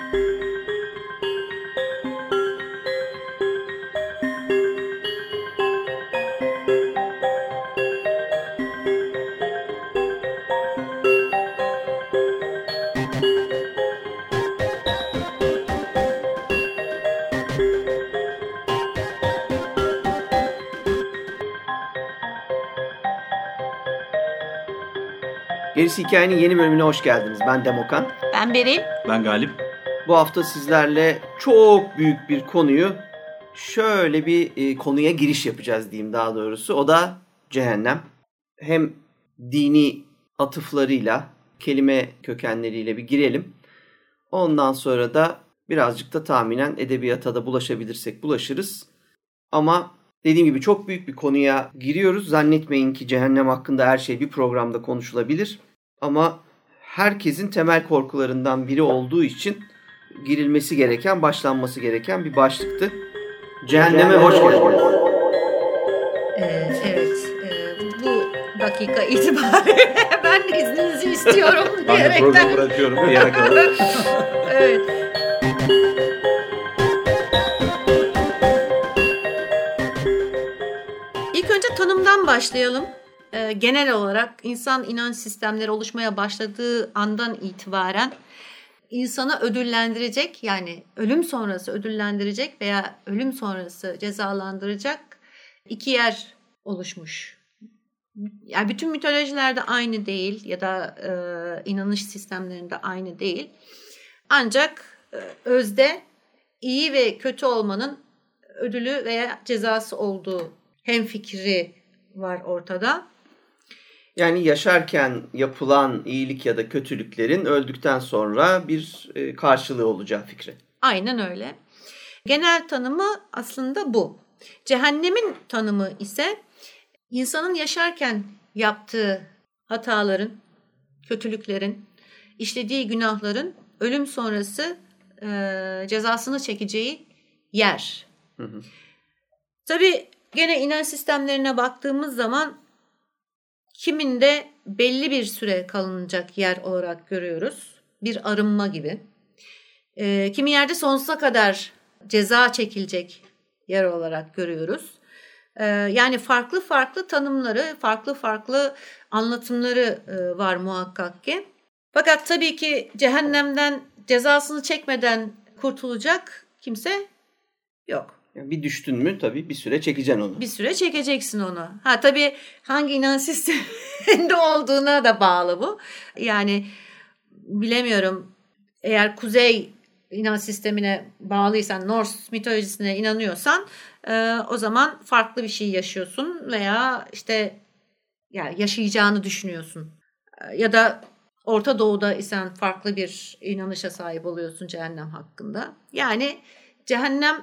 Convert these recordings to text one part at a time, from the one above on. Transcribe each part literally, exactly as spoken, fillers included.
Gerisi Hikayenin yeni bölümüne hoş geldiniz. Ben Demokan. Ben Beril. Ben Galip. Bu hafta sizlerle çok büyük bir konuyu, şöyle bir e, konuya giriş yapacağız diyeyim daha doğrusu. O da cehennem. Hem dini atıflarıyla, kelime kökenleriyle bir girelim. Ondan sonra da birazcık da tahminen edebiyata da bulaşabilirsek bulaşırız. Ama dediğim gibi çok büyük bir konuya giriyoruz. Zannetmeyin ki cehennem hakkında her şey bir programda konuşulabilir. Ama herkesin temel korkularından biri olduğu için girilmesi gereken, başlanması gereken bir başlıktı. Cehenneme hoş geldiniz. Ee, evet, e, bu dakika itibariyle ben de izninizi istiyorum diyerekten. Ben de programı bırakıyorum bir yere kadar. Evet. İlk önce tanımdan başlayalım. Ee, genel olarak insan inanç sistemleri oluşmaya başladığı andan itibaren insanı ödüllendirecek, yani ölüm sonrası ödüllendirecek veya ölüm sonrası cezalandıracak iki yer oluşmuş. Yani bütün mitolojilerde aynı değil ya da e, inanış sistemlerinde aynı değil. Ancak e, özde iyi ve kötü olmanın ödülü veya cezası olduğu hemfikri var ortada. Yani yaşarken yapılan iyilik ya da kötülüklerin öldükten sonra bir karşılığı olacağı fikri. Aynen öyle. Genel tanımı aslında bu. Cehennemin tanımı ise insanın yaşarken yaptığı hataların, kötülüklerin, işlediği günahların ölüm sonrası e, cezasını çekeceği yer. Hı hı. Tabii gene inanç sistemlerine baktığımız zaman kiminde belli bir süre kalınacak yer olarak görüyoruz. Bir arınma gibi. E, kimi yerde sonsuza kadar ceza çekilecek yer olarak görüyoruz. E, yani farklı farklı tanımları, farklı farklı anlatımları e, var muhakkak ki. Fakat tabii ki cehennemden cezasını çekmeden kurtulacak kimse yok. Yani bir düştün mü tabii bir süre çekeceksin onu. Bir süre çekeceksin onu. Ha tabii hangi inanç sisteminde olduğuna da bağlı bu. Yani bilemiyorum, eğer kuzey inanç sistemine bağlıysan, Norse mitolojisine inanıyorsan e, o zaman farklı bir şey yaşıyorsun veya işte yani yaşayacağını düşünüyorsun. E, ya da Orta Doğu'da isen farklı bir inanışa sahip oluyorsun cehennem hakkında. Yani cehennem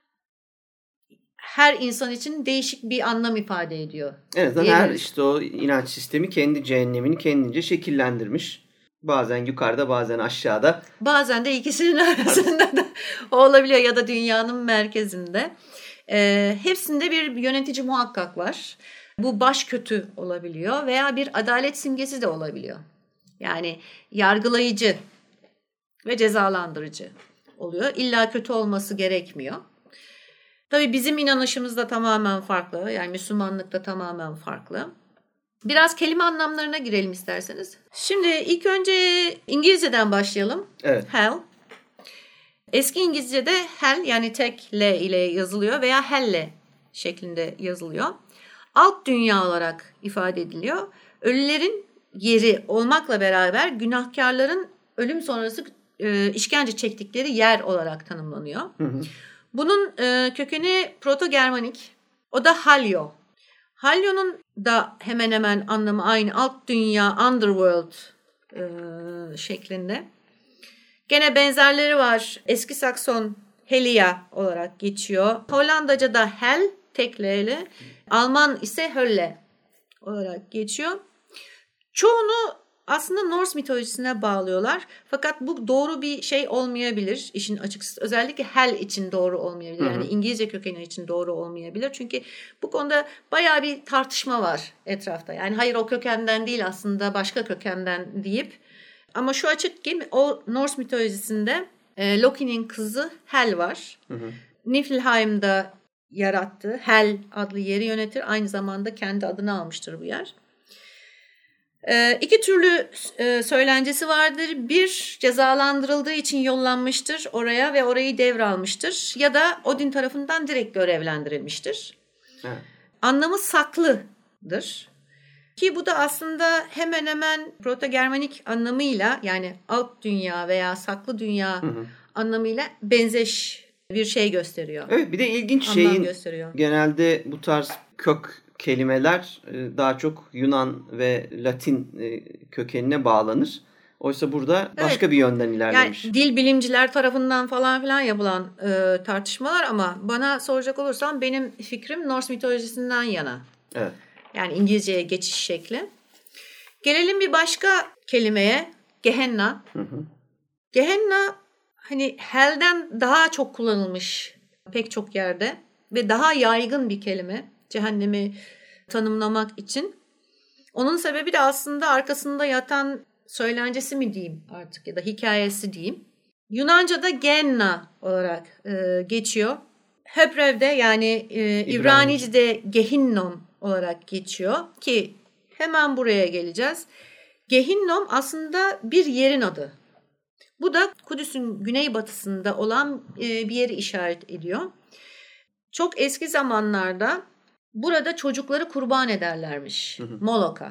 her insan için değişik bir anlam ifade ediyor. Evet, her işte o inanç sistemi kendi cehennemini kendince şekillendirmiş. Bazen yukarıda, bazen aşağıda. Bazen de ikisinin arasında da olabiliyor ya da dünyanın merkezinde. Ee, hepsinde bir yönetici muhakkak var. Bu baş kötü olabiliyor veya bir adalet simgesi de olabiliyor. Yani yargılayıcı ve cezalandırıcı oluyor. İlla kötü olması gerekmiyor. Tabii bizim inanışımız da tamamen farklı. Yani Müslümanlık da tamamen farklı. Biraz kelime anlamlarına girelim isterseniz. Şimdi ilk önce İngilizceden başlayalım. Evet. Hell. Eski İngilizce'de hell yani tek L ile yazılıyor veya helle şeklinde yazılıyor. Alt dünya olarak ifade ediliyor. Ölülerin yeri olmakla beraber günahkarların ölüm sonrası e, işkence çektikleri yer olarak tanımlanıyor. Hı hı. Bunun e, kökeni Proto-Germanik. O da Halyo. Halyo'nun da hemen hemen anlamı aynı. Alt dünya, underworld e, şeklinde. Gene benzerleri var. Eski Sakson Helia olarak geçiyor. Hollandaca'da Hel, tek L ile. Alman ise Hölle olarak geçiyor. Çoğunu aslında Norse mitolojisine bağlıyorlar. Fakat bu doğru bir şey olmayabilir işin açıkçası. Özellikle Hel için doğru olmayabilir. Yani hı hı. İngilizce kökeni için doğru olmayabilir. Çünkü bu konuda bayağı bir tartışma var etrafta. Yani hayır o kökenden değil aslında başka kökenden deyip. Ama şu açık ki o Norse mitolojisinde e, Loki'nin kızı Hel var. Hı hı. Niflheim'da yarattığı Hel adlı yeri yönetir. Aynı zamanda kendi adını almıştır bu yer. E, iki türlü e, söylencesi vardır. Bir, cezalandırıldığı için yollanmıştır oraya ve orayı devralmıştır. Ya da Odin tarafından direkt görevlendirilmiştir. Evet. Anlamı saklıdır. Ki bu da aslında hemen hemen Proto-Germanik anlamıyla, yani alt dünya veya saklı dünya hı hı. anlamıyla benzeş bir şey gösteriyor. Evet, bir de ilginç şeyin gösteriyor. Genelde bu tarz kök kelimeler daha çok Yunan ve Latin kökenine bağlanır. Oysa burada başka evet. bir yönden ilerlemiş. Yani dil bilimciler tarafından falan filan yapılan e, tartışmalar, ama bana soracak olursam benim fikrim Norse mitolojisinden yana. Evet. Yani İngilizceye geçiş şekli. Gelelim bir başka kelimeye. Gehenna. Hı hı. Gehenna hani Hell'den daha çok kullanılmış pek çok yerde ve daha yaygın bir kelime. Cehennemi tanımlamak için. Onun sebebi de aslında arkasında yatan söylencesi mi diyeyim artık, ya da hikayesi diyeyim. Yunanca'da Genna olarak e, geçiyor. Hebrev'de yani e, İbranice'de Gehinnom olarak geçiyor ki hemen buraya geleceğiz. Gehinnom aslında bir yerin adı. Bu da Kudüs'ün güneybatısında olan e, bir yeri işaret ediyor. Çok eski zamanlarda burada çocukları kurban ederlermiş. Hı hı. Molok'a.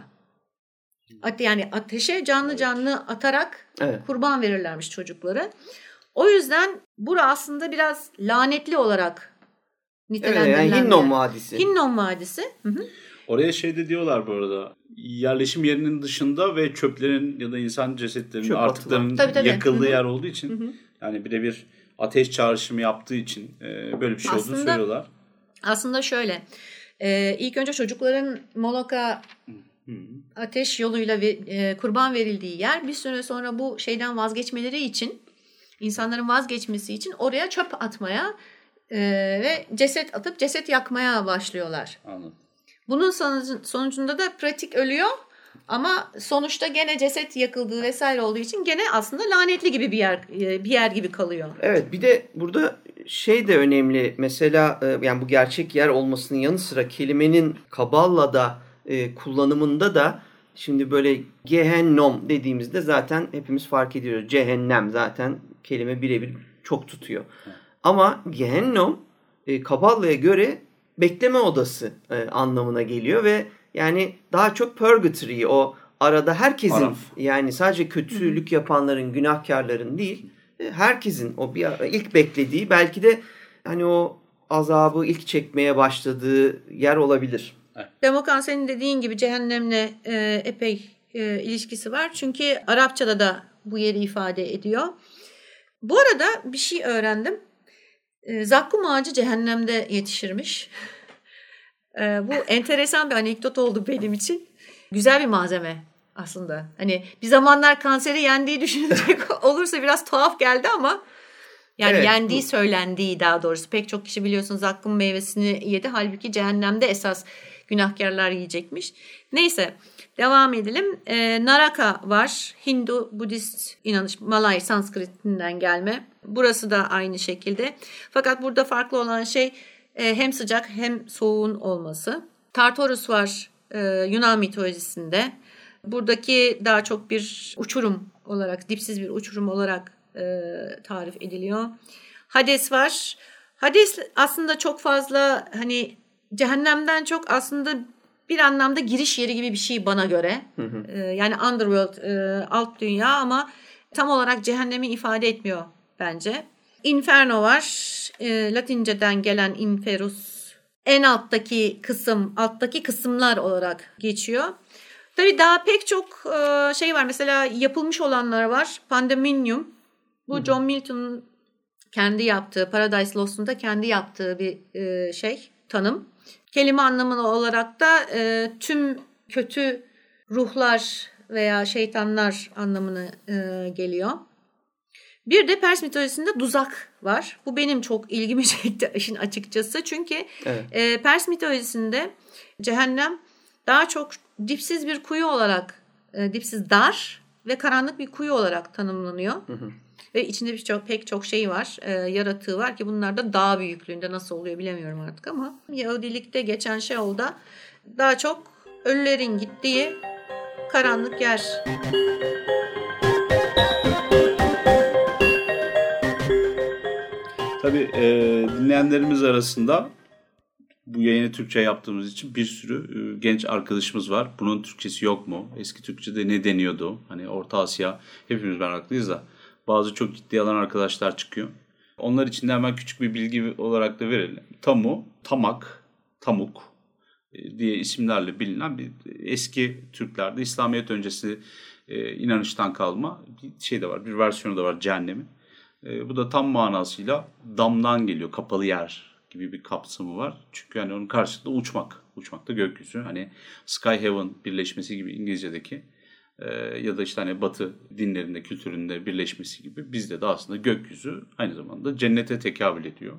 Yani ateşe canlı canlı atarak evet. kurban verirlermiş çocukları. O yüzden bura aslında biraz lanetli olarak nitelendirilen evet, yani Hinnom Vadisi. Hinnom Vadisi. Hı hı. Oraya şey de diyorlar bu arada. Yerleşim yerinin dışında ve çöplerin ya da insan cesetlerinin, Çöp artıklarının tabii, tabii. yakıldığı hı hı. yer olduğu için hı hı. yani birebir ateş çağrışımı yaptığı için e, böyle bir şey aslında, olduğunu söylüyorlar. Aslında şöyle. E, ilk önce çocukların Molok'a ateş yoluyla ve, e, kurban verildiği yer, bir süre sonra bu şeyden vazgeçmeleri için, insanların vazgeçmesi için oraya çöp atmaya e, ve ceset atıp ceset yakmaya başlıyorlar. Anladım. Bunun sonucunda da pratik ölüyor ama sonuçta gene ceset yakıldığı vesaire olduğu için gene aslında lanetli gibi bir yer bir yer gibi kalıyor. Evet, bir de burada şey de önemli. Mesela yani bu gerçek yer olmasının yanı sıra kelimenin Kaballa'da e, kullanımında da şimdi böyle Gehennom dediğimizde zaten hepimiz fark ediyoruz. Cehennem zaten kelime birebir çok tutuyor. Ama Gehennom e, Kaballa'ya göre bekleme odası e, anlamına geliyor ve yani daha çok purgatory, o arada herkesin Araf. Yani sadece kötülük yapanların, günahkarların değil, e, herkesin o bir ilk beklediği, belki de hani o azabı ilk çekmeye başladığı yer olabilir. Evet. Demokan, senin dediğin gibi cehennemle e, epey e, ilişkisi var. Çünkü Arapçada da bu yeri ifade ediyor. Bu arada bir şey öğrendim. E, zakkum ağacı cehennemde yetişirmiş. e, bu enteresan bir anekdot oldu benim için. Güzel bir malzeme aslında. Hani bir zamanlar kanseri yendiği düşünecek olursa biraz tuhaf geldi ama yani evet, yendiği bu. söylendiği daha doğrusu. Pek çok kişi biliyorsunuz zakkum meyvesini yedi. Halbuki cehennemde esas günahkarlar yiyecekmiş. Neyse, devam edelim. Ee, Naraka var. Hindu, Budist inanış, Malay, Sanskrit'inden gelme. Burası da aynı şekilde. Fakat burada farklı olan şey e, hem sıcak hem soğuğun olması. Tartarus var e, Yunan mitolojisinde. Buradaki daha çok bir uçurum olarak, dipsiz bir uçurum olarak e, tarif ediliyor. Hades var. Hades aslında çok fazla hani cehennemden çok aslında bir anlamda giriş yeri gibi bir şey bana göre. Hı hı. Ee, yani underworld, e, alt dünya, ama tam olarak cehennemi ifade etmiyor bence. Inferno var. E, Latinceden gelen inferus. En alttaki kısım, alttaki kısımlar olarak geçiyor. Tabii daha pek çok e, şey var. Mesela yapılmış olanlar var. Pandemonium. Bu hı hı. John Milton'un kendi yaptığı, Paradise Lost'unda kendi yaptığı bir e, şey, tanım. Kelime anlamı olarak da e, tüm kötü ruhlar veya şeytanlar anlamına e, geliyor. Bir de Pers mitolojisinde Duzak var. Bu benim çok ilgimi çekti işin açıkçası. Çünkü evet. e, Pers mitolojisinde cehennem daha çok dipsiz bir kuyu olarak, e, dipsiz dar ve karanlık bir kuyu olarak tanımlanıyor. Hı hı. Ve içinde bir çok, pek çok şey var, e, yaratığı var ki bunlar da dağ büyüklüğünde, nasıl oluyor bilemiyorum artık ama Yahudilikte geçen Sheol'da daha çok ölülerin gittiği karanlık yer. Tabii e, dinleyenlerimiz arasında bu yayını Türkçe yaptığımız için bir sürü e, genç arkadaşımız var. Bunun Türkçesi yok mu? Eski Türkçe'de ne deniyordu? Hani Orta Asya, hepimiz meraklıyız da bazı çok ciddi alan arkadaşlar çıkıyor. Onlar için de hemen küçük bir bilgi olarak da verelim. Tamu, Tamak, Tamuk e, diye isimlerle bilinen bir eski Türklerde İslamiyet öncesi e, inanıştan kalma bir şey de var. Bir versiyonu da var cehennemin. E, bu da tam manasıyla damdan geliyor, kapalı yer gibi bir kapsamı var. Çünkü hani onun karşılığı uçmak. Uçmak da gökyüzü. Hani sky heaven birleşmesi gibi İngilizce'deki e, ya da işte hani Batı dinlerinde, kültüründe birleşmesi gibi bizde de aslında gökyüzü aynı zamanda cennete tekabül ediyor.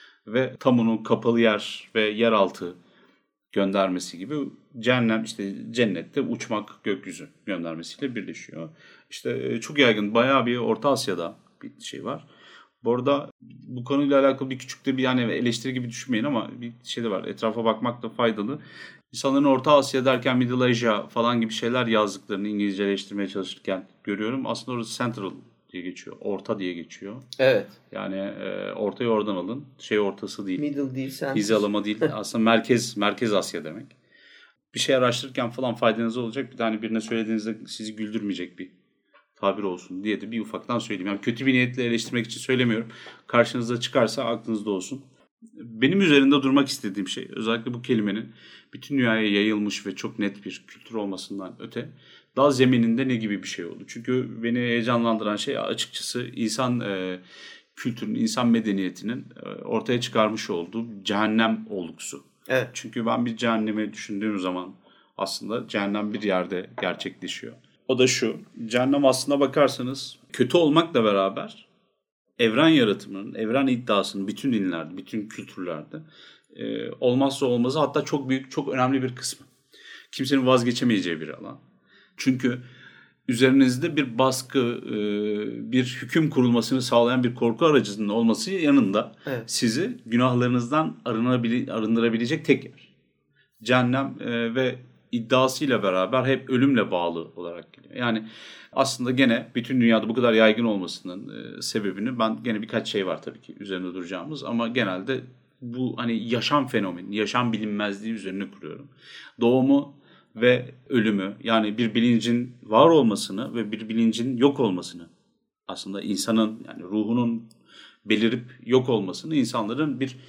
Ve Tamu'nun kapalı yer ve yeraltı göndermesi gibi cehennem işte cennette uçmak gökyüzü göndermesiyle birleşiyor. İşte çok yaygın bayağı bir Orta Asya'da bir şey var. Bu arada bu konuyla alakalı bir küçük de bir yani eleştiri gibi düşünmeyin ama bir şey de var. Etrafa bakmak da faydalı. İnsanların Orta Asya derken Middle Asia falan gibi şeyler yazdıklarını İngilizceleştirmeye çalışırken görüyorum. Aslında orası Central diye geçiyor. Orta diye geçiyor. Evet. Yani e, ortayı oradan alın. Şey ortası değil. Middle değil, Central. Hizalama değil. Aslında merkez merkez Asya demek. Bir şey araştırırken falan faydanız olacak. Bir tane birine söylediğinizde sizi güldürmeyecek bir tabir olsun diye de bir ufaktan söyleyeyim. Yani kötü bir niyetle eleştirmek için söylemiyorum. Karşınıza çıkarsa aklınızda olsun. Benim üzerinde durmak istediğim şey özellikle bu kelimenin bütün dünyaya yayılmış ve çok net bir kültür olmasından öte daha zemininde ne gibi bir şey oldu. Çünkü beni heyecanlandıran şey açıkçası insan e, kültürünün, insan medeniyetinin e, ortaya çıkarmış olduğu cehennem olgusu. Evet. Çünkü ben bir cehennemi düşündüğüm zaman aslında cehennem bir yerde gerçekleşiyor. O da şu, cehennem aslına bakarsanız kötü olmakla beraber evren yaratımının, evren iddiasının bütün dinlerde, bütün kültürlerde e, olmazsa olmazı hatta çok büyük, çok önemli bir kısmı. Kimsenin vazgeçemeyeceği bir alan. Çünkü üzerinizde bir baskı, e, bir hüküm kurulmasını sağlayan bir korku aracının olması yanında evet. sizi günahlarınızdan arındırabilecek tek yer. Cehennem e, ve iddiasıyla beraber hep ölümle bağlı olarak geliyor. Yani aslında gene bütün dünyada bu kadar yaygın olmasının e, sebebini ben gene birkaç şey var tabii ki üzerinde duracağımız ama genelde bu hani yaşam fenomeni, yaşam bilinmezliği üzerine kuruyorum. Doğumu ve ölümü yani bir bilincin var olmasını ve bir bilincin yok olmasını aslında insanın yani ruhunun belirip yok olmasını insanların bir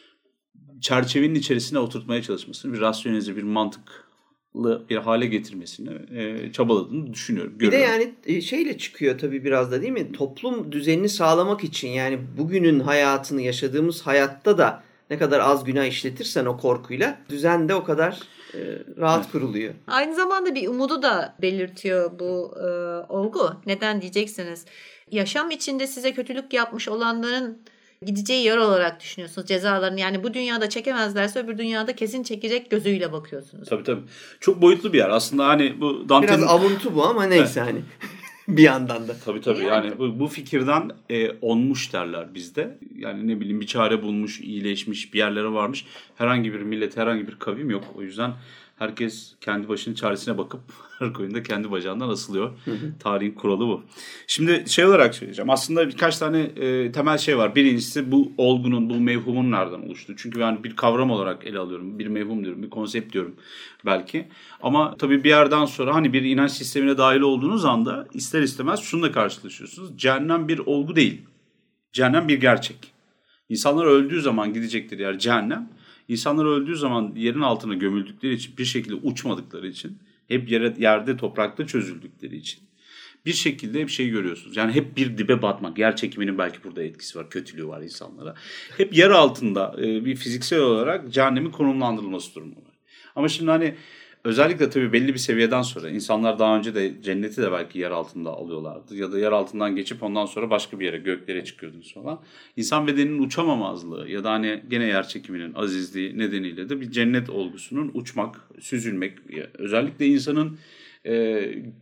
çerçevenin içerisine oturtmaya çalışmasını, bir rasyonize, bir mantık bir hale getirmesini e, çabaladığını düşünüyorum. Bir görüyorum. De yani şeyle çıkıyor tabii biraz da değil mi? Toplum düzenini sağlamak için yani bugünün hayatını yaşadığımız hayatta da ne kadar az günah işletirsen o korkuyla düzen de o kadar e, rahat evet. kuruluyor. Aynı zamanda bir umudu da belirtiyor bu e, olgu. Neden diyeceksiniz? Yaşam içinde size kötülük yapmış olanların gideceği yer olarak düşünüyorsunuz cezalarını. Yani bu dünyada çekemezlerse öbür dünyada kesin çekecek gözüyle bakıyorsunuz. Tabii tabii. Çok boyutlu bir yer. Aslında hani bu Dante'nin... Biraz avuntu bu ama neyse hani. Bir yandan da. Tabii tabii. Yani, yani bu, bu fikirden e, onmuş derler bizde. Yani ne bileyim bir çare bulmuş, iyileşmiş, bir yerlere varmış. Herhangi bir millet, herhangi bir kavim yok. O yüzden herkes kendi başının çaresine bakıp her koyunda kendi bacağından asılıyor. Hı hı. Tarihin kuralı bu. Şimdi şey olarak söyleyeceğim. Aslında birkaç tane e, temel şey var. Birincisi bu olgunun, bu mevhumun nereden oluştu? Çünkü ben bir kavram olarak ele alıyorum. Bir mevhum diyorum, bir konsept diyorum belki. Ama tabii bir yerden sonra hani bir inanç sistemine dahil olduğunuz anda ister istemez şununla karşılaşıyorsunuz. Cehennem bir olgu değil. Cehennem bir gerçek. İnsanlar öldüğü zaman gidecektir yer cehennem. İnsanlar öldüğü zaman yerin altına gömüldükleri için, bir şekilde uçmadıkları için, hep yere, yerde, toprakta çözüldükleri için bir şekilde bir şey görüyorsunuz. Yani hep bir dibe batmak. Yer çekiminin belki burada etkisi var, kötülüğü var insanlara. Hep yer altında bir fiziksel olarak cehennemin konumlandırılması durumu var. Ama şimdi hani özellikle tabii belli bir seviyeden sonra insanlar daha önce de cenneti de belki yer altında alıyorlardı. Ya da yer altından geçip ondan sonra başka bir yere, göklere çıkıyordunuz falan. İnsan bedeninin uçamamazlığı ya da hani gene yer çekiminin azizliği nedeniyle de bir cennet olgusunun uçmak, süzülmek. Özellikle insanın e,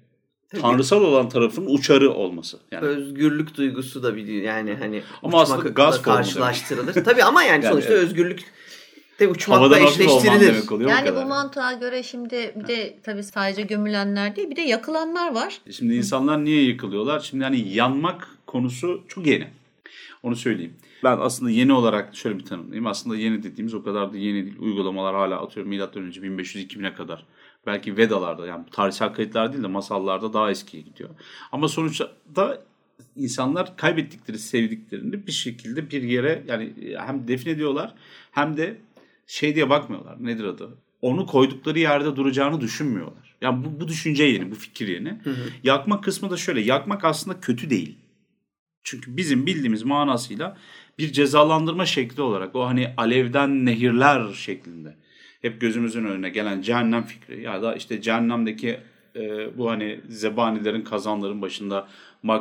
Tabii. Tanrısal olan tarafın uçarı olması. Yani. Özgürlük duygusu da biliyor yani hani ama aslında gaz karşılaştırılır. Tabii ama yani, yani sonuçta evet. özgürlük de uçmakla eşleştirilir. Yani bu mantığa göre şimdi bir de tabii sadece gömülenler değil, bir de yakılanlar var. Şimdi insanlar niye yıkılıyorlar? Şimdi hani yanmak konusu çok yeni. Onu söyleyeyim. Ben aslında yeni olarak şöyle bir tanımlayayım. Aslında yeni dediğimiz o kadar da yeni değil. Uygulamalar hala atıyorum milattan önce bin beş yüz iki bine kadar. Belki Vedalarda, yani tarihsel kayıtlar değil de masallarda daha eskiye gidiyor. Ama sonuçta da insanlar kaybettikleri sevdiklerini bir şekilde bir yere yani hem defne ediyorlar hem de şey diye bakmıyorlar. Nedir adı? Onu koydukları yerde duracağını düşünmüyorlar. Yani bu, bu düşünce yeni, bu fikir yeni. Hı hı. Yakmak kısmı da şöyle. Yakmak aslında kötü değil. Çünkü bizim bildiğimiz manasıyla bir cezalandırma şekli olarak o hani alevden nehirler şeklinde hep gözümüzün önüne gelen cehennem fikri ya da işte cehennemdeki e, bu hani zebanilerin kazanların başında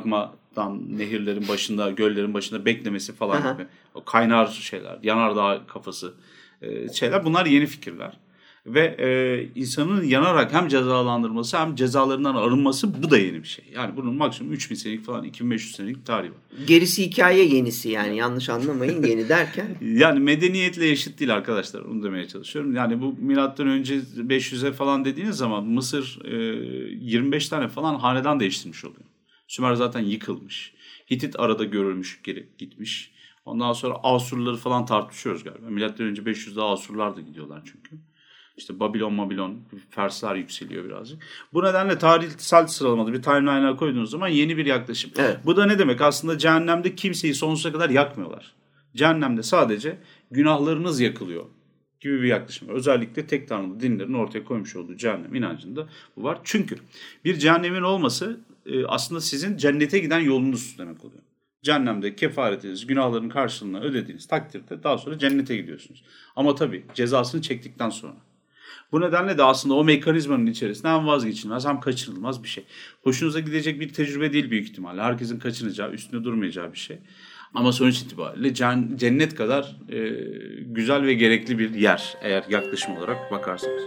magmadan nehirlerin başında göllerin başında beklemesi falan Aha. gibi o kaynar şeyler yanardağ kafası e, şeyler bunlar yeni fikirler. Ve e, insanın yanarak hem cezalandırması hem cezalarından arınması bu da yeni bir şey. Yani bunun maksimum üç bin senelik falan iki bin beş yüz senelik tarihi var. Gerisi hikaye yenisi yani yanlış anlamayın yeni derken. Yani medeniyetle eşit değil arkadaşlar onu demeye çalışıyorum. Yani bu milattan önce beş yüze falan dediğiniz zaman Mısır e, yirmi beş tane falan hanedan değiştirmiş oluyor. Sümer zaten yıkılmış. Hitit arada görülmüş geri gitmiş. Ondan sonra Asurları falan tartışıyoruz galiba. Milattan önce beş yüzde Asurlar da gidiyorlar çünkü. İşte Babilon, Babilon, Persler yükseliyor birazcık. Bu nedenle tarihsel sıralamada bir timeline'a koyduğunuz zaman yeni bir yaklaşım. Evet. Bu da ne demek? Aslında cehennemde kimseyi sonsuza kadar yakmıyorlar. Cehennemde sadece günahlarınız yakılıyor gibi bir yaklaşım var. Özellikle tek tanrılı dinlerin ortaya koymuş olduğu cehennem inancında bu var. Çünkü bir cehennemin olması aslında sizin cennete giden yolunuz demek oluyor. Cehennemde kefaretiniz, günahların karşılığını ödediğiniz takdirde daha sonra cennete gidiyorsunuz. Ama tabii cezasını çektikten sonra. Bu nedenle de aslında o mekanizmanın içerisinde hem vazgeçilmez hem kaçınılmaz bir şey. Hoşunuza gidecek bir tecrübe değil büyük ihtimalle. Herkesin kaçınacağı, üstüne durmayacağı bir şey. Ama sonuç itibariyle cennet kadar e, güzel ve gerekli bir yer eğer yaklaşım olarak bakarsanız.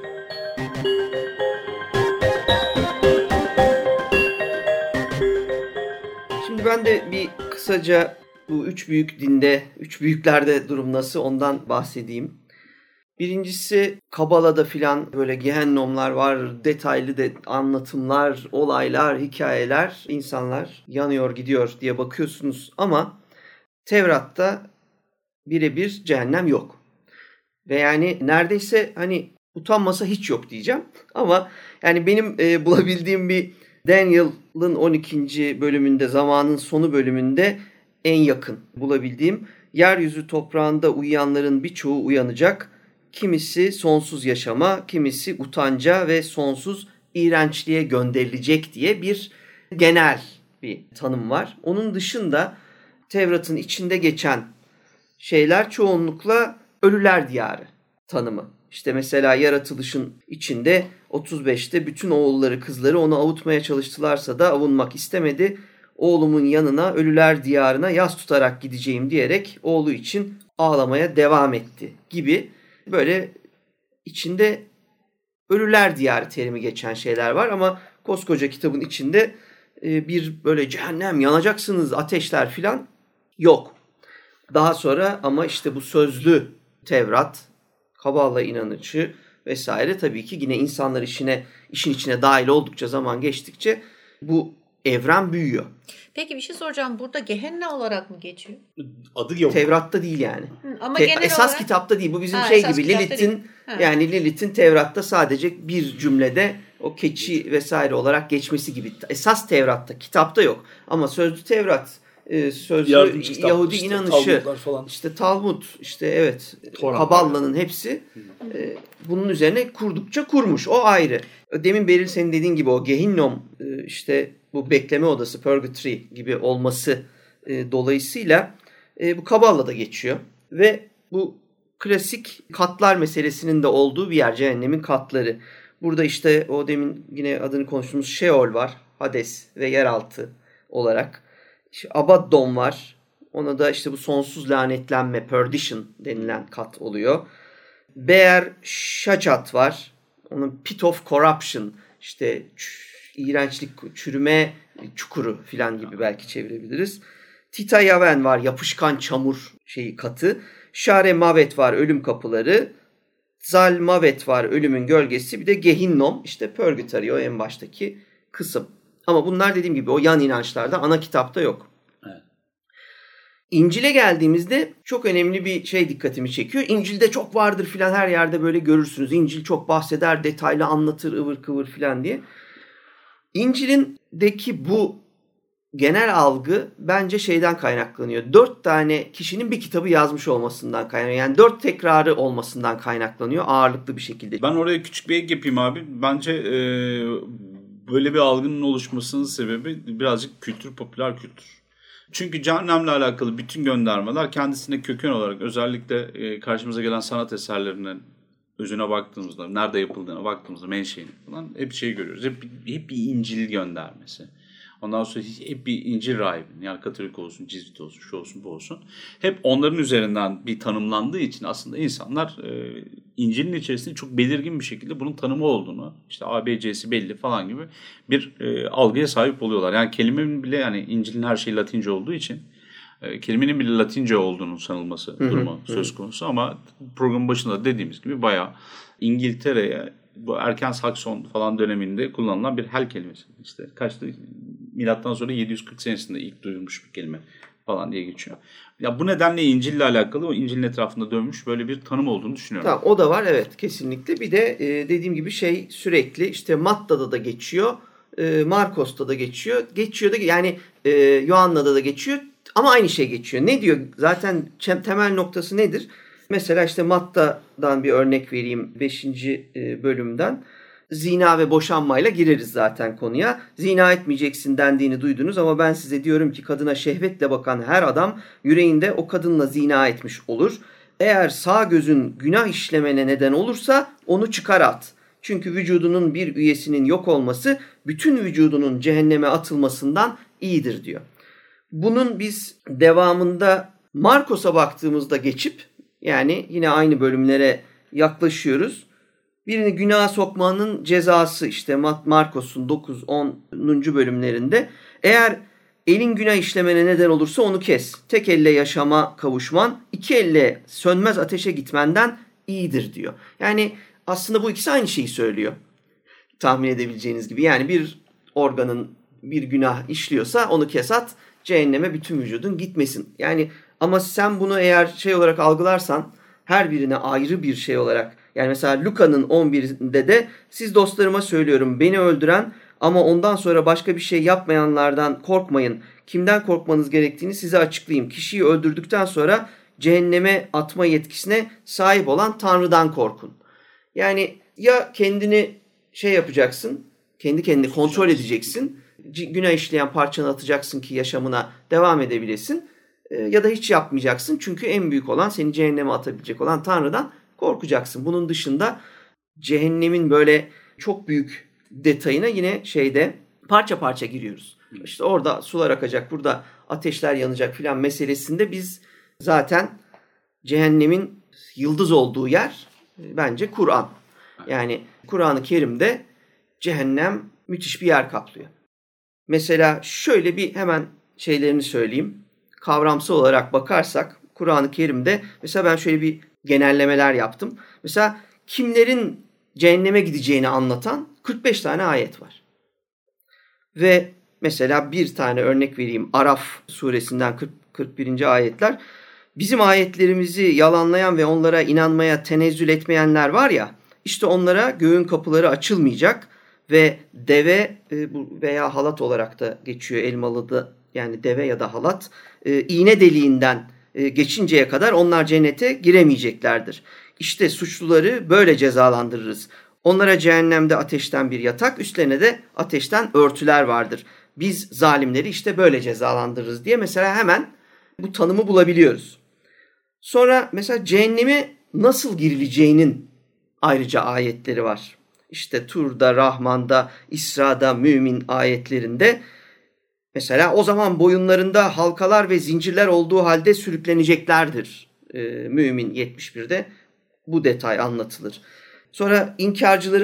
Şimdi ben de bir kısaca bu üç büyük dinde, üç büyüklerde durum nasıl ondan bahsedeyim. Birincisi Kabala'da filan böyle gehennomlar var, detaylı de anlatımlar, olaylar, hikayeler, insanlar yanıyor gidiyor diye bakıyorsunuz ama Tevrat'ta birebir cehennem yok. Ve yani neredeyse hani utanmasa hiç yok diyeceğim ama yani benim e, bulabildiğim bir Daniel'ın on ikinci bölümünde zamanın sonu bölümünde en yakın bulabildiğim yeryüzü toprağında uyuyanların birçoğu uyanacak. Kimisi sonsuz yaşama, kimisi utanca ve sonsuz iğrençliğe gönderilecek diye bir genel bir tanım var. Onun dışında Tevrat'ın içinde geçen şeyler çoğunlukla ölüler diyarı tanımı. İşte mesela yaratılışın içinde otuz beşte bütün oğulları kızları onu avutmaya çalıştılarsa da avunmak istemedi. Oğlumun yanına ölüler diyarına yas tutarak gideceğim diyerek oğlu için ağlamaya devam etti gibi. Böyle içinde ölüler diyarı terimi geçen şeyler var ama koskoca kitabın içinde bir böyle cehennem yanacaksınız ateşler filan yok. Daha sonra ama işte bu sözlü Tevrat, Kabala inanışı vesaire tabii ki yine insanlar işine işin içine dahil oldukça zaman geçtikçe bu evren büyüyor. Peki bir şey soracağım. Burada Gehenna olarak mı geçiyor? Adı yok. Tevrat'ta değil yani. Hı, ama Te- genel esas olarak... kitapta değil. Bu bizim ha, şey gibi Lilith'in ha. yani Lilith'in Tevrat'ta sadece bir cümlede o keçi vesaire olarak geçmesi gibi. Esas Tevrat'ta, kitapta yok. Ama sözlü Tevrat, sözlü Yahudi işte, inanışı, falan. işte Talmud, işte evet, Kaballa'nın hepsi e, bunun üzerine kurdukça kurmuş. O ayrı. Demin Beril senin dediğin gibi o Gehinnom e, işte bu bekleme odası, purgatory gibi olması e, dolayısıyla e, bu Kaballa'da geçiyor. Ve bu klasik katlar meselesinin de olduğu bir yer, cehennemin katları. Burada işte o demin yine adını konuştuğumuz Sheol var, Hades ve yeraltı olarak. İşte Abaddon var. Ona da işte bu sonsuz lanetlenme, perdition denilen kat oluyor. Beer Shachat var. Onun pit of corruption, işte iğrençlik, çürüme çukuru falan gibi belki çevirebiliriz. Tita Yaven var, yapışkan çamur şeyi katı. Şare Mavet var, ölüm kapıları. Zal Mavet var, ölümün gölgesi. Bir de Gehinnom, işte Purgatory, o en baştaki kısım. Ama bunlar dediğim gibi o yan inançlarda ana kitapta yok. Evet. İncil'e geldiğimizde çok önemli bir şey dikkatimi çekiyor. İncil'de çok vardır filan, her yerde böyle görürsünüz. İncil çok bahseder, detaylı anlatır, ıvır kıvır filan diye. İncil'indeki bu genel algı bence şeyden kaynaklanıyor. Dört tane kişinin bir kitabı yazmış olmasından kaynaklanıyor. Yani dört tekrarı olmasından kaynaklanıyor ağırlıklı bir şekilde. Ben oraya küçük bir ek yapayım abi. Bence e, böyle bir algının oluşmasının sebebi birazcık kültür, popüler kültür. Çünkü cehennemle alakalı bütün göndermeler kendisine köken olarak özellikle e, karşımıza gelen sanat eserlerinin özüne baktığımızda, nerede yapıldığına baktığımızda, menşeini falan hep şey görüyoruz. Hep, hep bir İncil göndermesi. Ondan sonra hep bir İncil rahibinin, yani Katolik olsun, Cizvit olsun, şu olsun, bu olsun. Hep onların üzerinden bir tanımlandığı için aslında insanlar e, İncil'in içerisinde çok belirgin bir şekilde bunun tanımı olduğunu, işte A B C'si belli falan gibi bir e, algıya sahip oluyorlar. Yani kelimenin bile, yani İncil'in her şeyi Latince olduğu için e, kelimenin bile Latince olduğunu sanılması hı hı, durumu hı. söz konusu. Ama programın başında dediğimiz gibi bayağı İngiltere'ye, bu erken Sakson falan döneminde kullanılan bir hel kelimesi. İşte kaçtı? Milattan sonra yedi yüz kırk senesinde ilk duyulmuş bir kelime falan diye geçiyor. Ya bu nedenle İncil'le alakalı, o İncil'in etrafında dönmüş böyle bir tanım olduğunu düşünüyorum. Tamam, o da var evet, kesinlikle. Bir de e, dediğim gibi şey sürekli işte Matta'da da geçiyor, e, Markos'ta da geçiyor. Geçiyor da yani e, Yohanna'da da geçiyor ama aynı şey geçiyor. Ne diyor? Zaten temel noktası nedir? Mesela işte Matta'dan bir örnek vereyim beşinci bölümden. Zina ve boşanmayla gireriz zaten konuya. Zina etmeyeceksin dendiğini duydunuz ama ben size diyorum ki kadına şehvetle bakan her adam yüreğinde o kadınla zina etmiş olur. Eğer sağ gözün günah işlemene neden olursa onu çıkar at. Çünkü vücudunun bir üyesinin yok olması bütün vücudunun cehenneme atılmasından iyidir diyor. Bunun biz devamında Markos'a baktığımızda geçip, yani yine aynı bölümlere yaklaşıyoruz. Birini günaha sokmanın cezası işte Markos'un dokuz onuncu bölümlerinde. Eğer elin günah işlemene neden olursa onu kes. Tek elle yaşama kavuşman, iki elle sönmez ateşe gitmenden iyidir diyor. Yani aslında bu ikisi aynı şeyi söylüyor. Tahmin edebileceğiniz gibi. Yani bir organın bir günah işliyorsa onu kes at, cehenneme bütün vücudun gitmesin. Yani ama sen bunu eğer şey olarak algılarsan, her birine ayrı bir şey olarak, yani mesela Luka'nın on birinde de siz dostlarıma söylüyorum, beni öldüren ama ondan sonra başka bir şey yapmayanlardan korkmayın. Kimden korkmanız gerektiğini size açıklayayım. Kişiyi öldürdükten sonra cehenneme atma yetkisine sahip olan Tanrı'dan korkun. Yani ya kendini şey yapacaksın, kendi kendini kontrol edeceksin, günah işleyen parçanı atacaksın ki yaşamına devam edebilesin. Ya da hiç yapmayacaksın. Çünkü en büyük olan, seni cehenneme atabilecek olan Tanrı'dan korkacaksın. Bunun dışında cehennemin böyle çok büyük detayına yine şeyde parça parça giriyoruz. İşte orada sular akacak, burada ateşler yanacak filan meselesinde biz zaten cehennemin yıldız olduğu yer bence Kur'an. Yani Kur'an-ı Kerim'de cehennem müthiş bir yer kaplıyor. Mesela şöyle bir hemen şeylerini söyleyeyim. Kavramsal olarak bakarsak Kur'an-ı Kerim'de mesela ben şöyle bir genellemeler yaptım. Mesela kimlerin cehenneme gideceğini anlatan kırk beş tane ayet var. Ve mesela bir tane örnek vereyim. Araf suresinden kırk, kırk birinci ayetler. Bizim ayetlerimizi yalanlayan ve onlara inanmaya tenezzül etmeyenler var ya, işte onlara göğün kapıları açılmayacak ve deve veya halat olarak da geçiyor Elmalı'da, yani deve ya da halat iğne deliğinden geçinceye kadar onlar cennete giremeyeceklerdir. İşte suçluları böyle cezalandırırız. Onlara cehennemde ateşten bir yatak, üstlerine de ateşten örtüler vardır. Biz zalimleri işte böyle cezalandırırız diye mesela hemen bu tanımı bulabiliyoruz. Sonra mesela cehenneme nasıl girileceğinin ayrıca ayetleri var. İşte Tur'da, Rahman'da, İsra'da, Mümin ayetlerinde mesela o zaman boyunlarında halkalar ve zincirler olduğu halde sürükleneceklerdir. Ee, Mümin yetmiş birde bu detay anlatılır. Sonra inkarcıların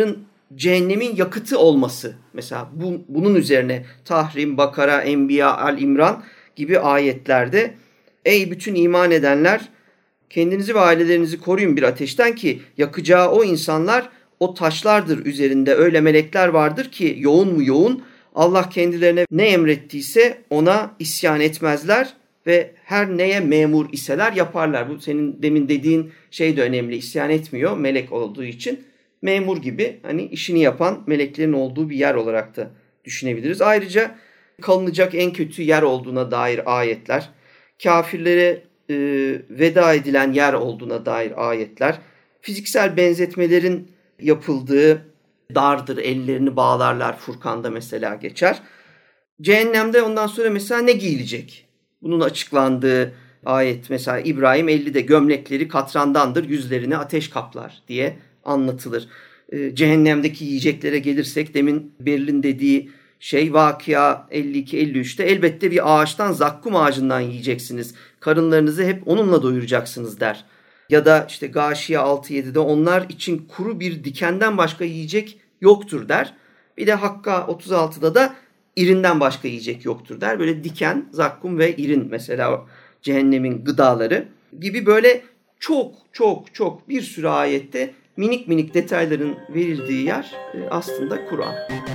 cehennemin yakıtı olması. Mesela bu, bunun üzerine Tahrim, Bakara, Enbiya, Al-İmran gibi ayetlerde ey bütün iman edenler kendinizi ve ailelerinizi koruyun bir ateşten ki yakacağı o insanlar o taşlardır üzerinde. Öyle melekler vardır ki yoğun mu yoğun Allah kendilerine ne emrettiyse ona isyan etmezler ve her neye memur iseler yaparlar. Bu senin demin dediğin şey de önemli. İsyan etmiyor melek olduğu için. Memur gibi hani işini yapan meleklerin olduğu bir yer olarak da düşünebiliriz. Ayrıca kalınacak en kötü yer olduğuna dair ayetler, kafirlere e, veda edilen yer olduğuna dair ayetler, fiziksel benzetmelerin yapıldığı dardır, ellerini bağlarlar Furkan'da mesela geçer. Cehennemde ondan sonra mesela ne giyilecek? Bunun açıklandığı ayet mesela İbrahim ellide gömlekleri katrandandır, yüzlerini ateş kaplar diye anlatılır. E, cehennemdeki yiyeceklere gelirsek demin Beril'in dediği şey Vakıa elli iki elli üçte elbette bir ağaçtan zakkum ağacından yiyeceksiniz. Karınlarınızı hep onunla doyuracaksınız der. Ya da işte Gâşiye altı yedide onlar için kuru bir dikenden başka yiyecek yoktur der. Bir de Hakka otuz altıda da irinden başka yiyecek yoktur der. Böyle diken, zakkum ve irin mesela cehennemin gıdaları gibi böyle çok çok çok bir sürü ayette minik minik detayların verildiği yer aslında Kur'an.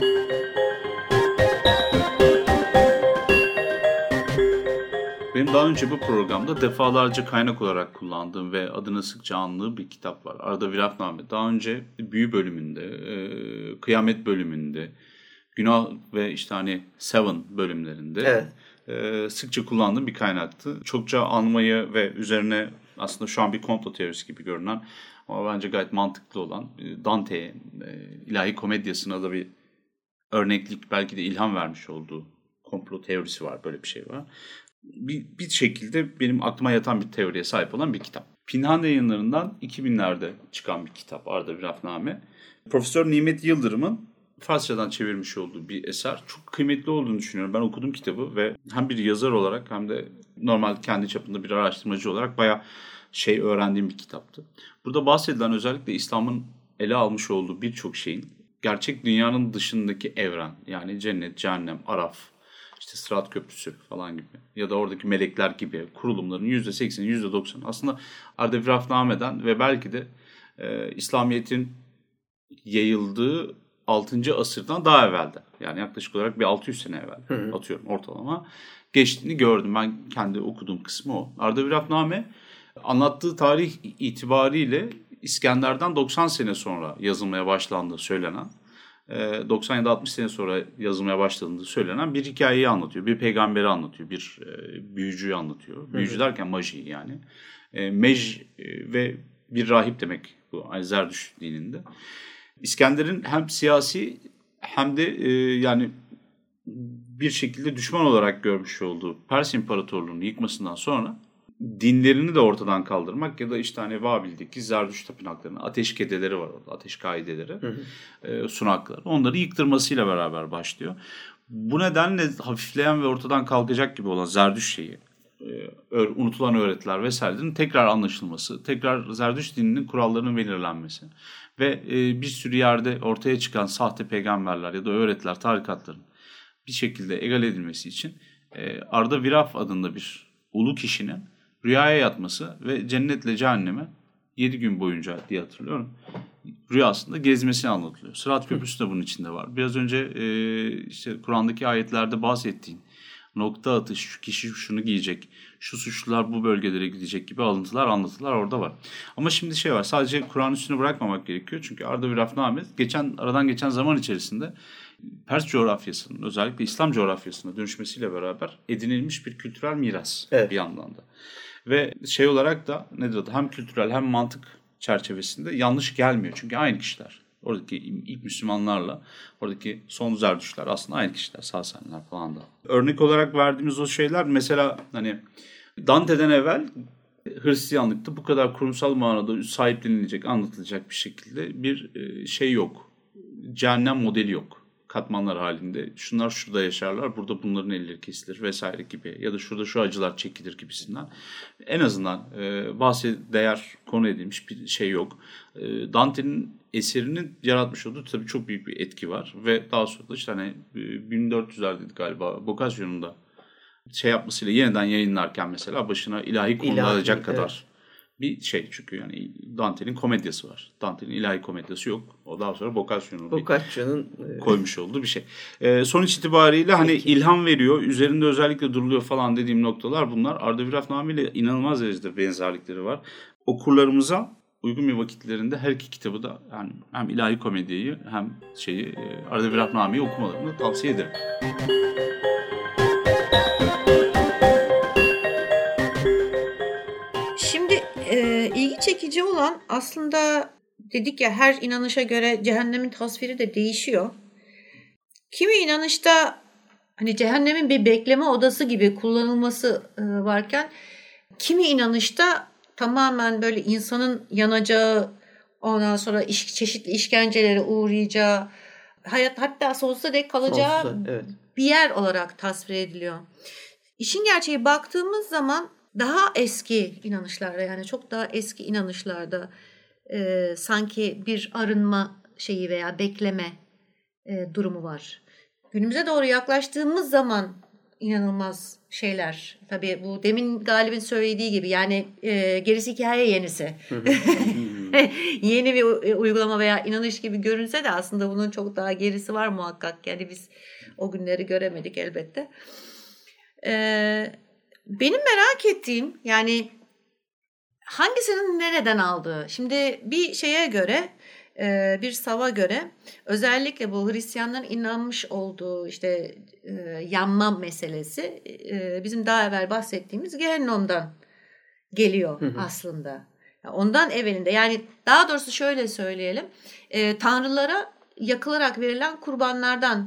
Benim daha önce bu programda defalarca kaynak olarak kullandığım ve adını sıkça andığım bir kitap var. Arda Virafname. Daha önce büyü bölümünde, kıyamet bölümünde, günah ve işte hani seven bölümlerinde evet. sıkça kullandığım bir kaynaktı. Çokça anmayı ve üzerine aslında şu an bir komplo teorisi gibi görünen ama bence gayet mantıklı olan Dante'ye ilahi komedyasına da bir örneklik belki de ilham vermiş olduğu komplo teorisi var. Böyle bir şey var. Bir, bir şekilde benim aklıma yatan bir teoriye sahip olan bir kitap. Pinhane Yayınları'ndan iki binlerde çıkan bir kitap Arda Virafname. Profesör Nimet Yıldırım'ın Farsçadan çevirmiş olduğu bir eser. Çok kıymetli olduğunu düşünüyorum. Ben okudum kitabı ve hem bir yazar olarak hem de normal kendi çapında bir araştırmacı olarak bayağı şey öğrendiğim bir kitaptı. Burada bahsedilen özellikle İslam'ın ele almış olduğu birçok şeyin gerçek dünyanın dışındaki evren yani cennet, cehennem, araf, İşte Sırat Köprüsü falan gibi ya da oradaki melekler gibi kurulumların yüzde sekseni, yüzde doksanı aslında Arda Virafname'den ve belki de e, İslamiyet'in yayıldığı altıncı asırdan daha evvelde. Yani yaklaşık olarak bir altı yüz sene evvel hı hı. atıyorum ortalama geçtiğini gördüm. Ben kendi okuduğum kısmı o. Arda Virafname anlattığı tarih itibariyle İskender'den doksan sene sonra yazılmaya başlandığı söylenen doksan ya da altmış sene sonra yazılmaya başladığında söylenen bir hikayeyi anlatıyor. Bir peygamberi anlatıyor. Bir e, büyücüyü anlatıyor. Büyücü derken maji yani. E, mej e, ve bir rahip demek bu Zerdüşt dininde. İskender'in hem siyasi hem de e, yani bir şekilde düşman olarak görmüş olduğu Pers İmparatorluğu'nu yıkmasından sonra dinlerini de ortadan kaldırmak ya da işte hani Babil'deki Zerdüşt tapınaklarının ateş kedeleri var orada. Ateş kaideleri, hı hı. E, sunakları. Onları yıktırmasıyla beraber başlıyor. Bu nedenle hafifleyen ve ortadan kalkacak gibi olan Zerdüşt şeyi, e, unutulan öğretiler vesairelerin tekrar anlaşılması, tekrar Zerdüşt dininin kurallarının belirlenmesi ve e, bir sürü yerde ortaya çıkan sahte peygamberler ya da öğretiler, tarikatların bir şekilde egal edilmesi için e, Arda Viraf adında bir ulu kişinin rüyaya yatması ve cennetle cehenneme yedi gün boyunca diye hatırlıyorum rüyasında gezmesini anlatılıyor. Sırat Köprüsü de bunun içinde var. Biraz önce e, işte Kur'an'daki ayetlerde bahsettiğin nokta atış, şu kişi şunu giyecek, şu suçlular bu bölgelere gidecek gibi alıntılar, anlatılar orada var. Ama şimdi şey var, sadece Kur'an üstüne bırakmamak gerekiyor. Çünkü Arda Virafname geçen aradan geçen zaman içerisinde Pers coğrafyasının özellikle İslam coğrafyasına dönüşmesiyle beraber edinilmiş bir kültürel miras evet. bir yandan da. Ve şey olarak da nedir adı? Hem kültürel hem mantık çerçevesinde yanlış gelmiyor. Çünkü aynı kişiler. Oradaki ilk Müslümanlarla oradaki son Zerdüştler aslında aynı kişiler. Sasaniler falan da. Örnek olarak verdiğimiz o şeyler mesela hani Dante'den evvel Hristiyanlıkta bu kadar kurumsal manada sahiplenilecek, anlatılacak bir şekilde bir şey yok. Cehennem modeli yok. Katmanlar halinde. Şunlar şurada yaşarlar, burada bunların elleri kesilir vesaire gibi ya da şurada şu acılar çekilir gibisinden. En azından e, bahse değer konu edilmiş bir şey yok. E, Dante'nin eserinin yaratmış olduğu tabii çok büyük bir etki var. Ve daha sonra da işte hani bin dört yüzlerdeydi galiba Boccaccio'nun da şey yapmasıyla yeniden yayınlarken mesela başına ilahi konular alacak kadar evet. bir şey. Çünkü yani Dante'nin komedyası var. Dante'nin ilahi komedyası yok. O daha sonra Boccaccio'nun, Boccaccio'nun koymuş olduğu bir şey. Ee, sonuç itibariyle hani Peki. ilham veriyor. Üzerinde özellikle duruluyor falan dediğim noktalar bunlar. Ardavirafname ile inanılmaz derecede benzerlikleri var. Okurlarımıza uygun bir vakitlerinde her iki kitabı da yani hem ilahi komediyi hem şeyi Ardavirafname'yi okumalarını tavsiye ederim. Şimdi e, ilgi çekici olan aslında dedik ya her inanışa göre cehennemin tasviri de değişiyor. Kimi inanışta hani cehennemin bir bekleme odası gibi kullanılması e, varken kimi inanışta tamamen böyle insanın yanacağı, ondan sonra iş, çeşitli işkencelere uğrayacağı, hayat hatta sonsuza dek kalacağı sonsuza, evet. bir yer olarak tasvir ediliyor. İşin gerçeği baktığımız zaman daha eski inanışlarda yani çok daha eski inanışlarda e, sanki bir arınma şeyi veya bekleme e, durumu var. Günümüze doğru yaklaştığımız zaman inanılmaz şeyler. Tabii bu demin Galip'in söylediği gibi yani e, gerisi hikaye yenisi. Yeni bir uygulama veya inanış gibi görünse de aslında bunun çok daha gerisi var muhakkak. Yani biz o günleri göremedik elbette. E, benim merak ettiğim yani hangisinin nereden aldığı. Şimdi bir şeye göre bir sava göre özellikle bu Hristiyanların inanmış olduğu işte e, yanma meselesi e, bizim daha evvel bahsettiğimiz Gehennom'dan geliyor hı hı. aslında. Ondan evvelinde yani daha doğrusu şöyle söyleyelim e, tanrılara yakılarak verilen kurbanlardan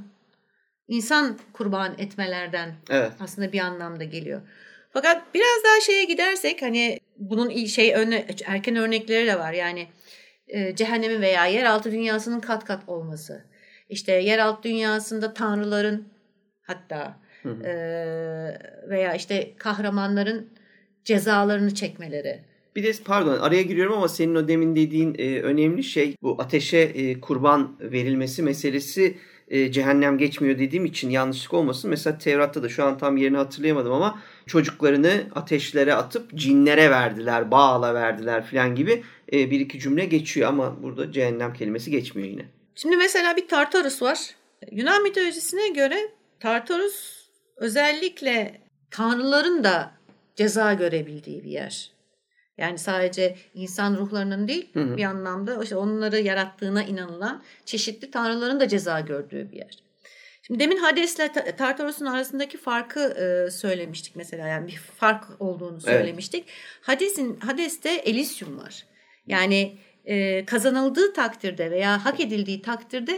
insan kurban etmelerden evet. aslında bir anlamda geliyor. Fakat biraz daha şeye gidersek hani bunun şey örne- erken örnekleri de var yani e, cehennemin veya yeraltı dünyasının kat kat olması. İşte yeraltı dünyasında tanrıların hatta hı hı. E, veya işte kahramanların cezalarını çekmeleri. Bir de pardon araya giriyorum ama senin o demin dediğin e, önemli şey bu ateşe e, kurban verilmesi meselesi e, cehennem geçmiyor dediğim için yanlışlık olmasın. Mesela Tevrat'ta da şu an tam yerini hatırlayamadım ama çocuklarını ateşlere atıp cinlere verdiler, Baal'a verdiler falan gibi e, bir iki cümle geçiyor ama burada cehennem kelimesi geçmiyor yine. Şimdi mesela bir Tartarus var. Yunan mitolojisine göre Tartarus özellikle tanrıların da ceza görebildiği bir yer. Yani sadece insan ruhlarının değil hı hı. bir anlamda işte onları yarattığına inanılan çeşitli tanrıların da ceza gördüğü bir yer. Şimdi demin Hades'le Tartarus'un arasındaki farkı e, söylemiştik mesela yani bir fark olduğunu söylemiştik. Evet. Hades'in Hades'te Elysium var. Yani e, kazanıldığı takdirde veya hak edildiği takdirde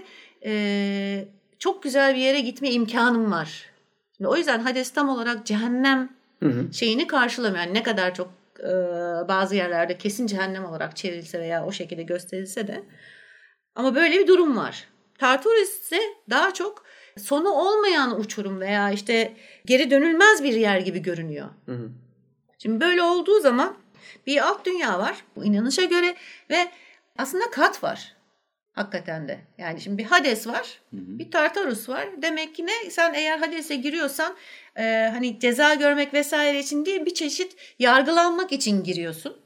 e, çok güzel bir yere gitme imkanım var. Şimdi o yüzden Hades tam olarak cehennem hı hı. şeyini karşılamıyor. Yani ne kadar çok e, bazı yerlerde kesin cehennem olarak çevrilse veya o şekilde gösterilse de ama böyle bir durum var. Tartarus ise daha çok sonu olmayan uçurum veya işte geri dönülmez bir yer gibi görünüyor. Hı hı. Şimdi böyle olduğu zaman bir alt dünya var bu inanışa göre ve aslında kat var hakikaten de. Yani şimdi bir Hades var, hı hı. bir Tartarus var. Demek ki ne? Sen eğer Hades'e giriyorsan e, hani ceza görmek vesaire için değil bir çeşit yargılanmak için giriyorsun.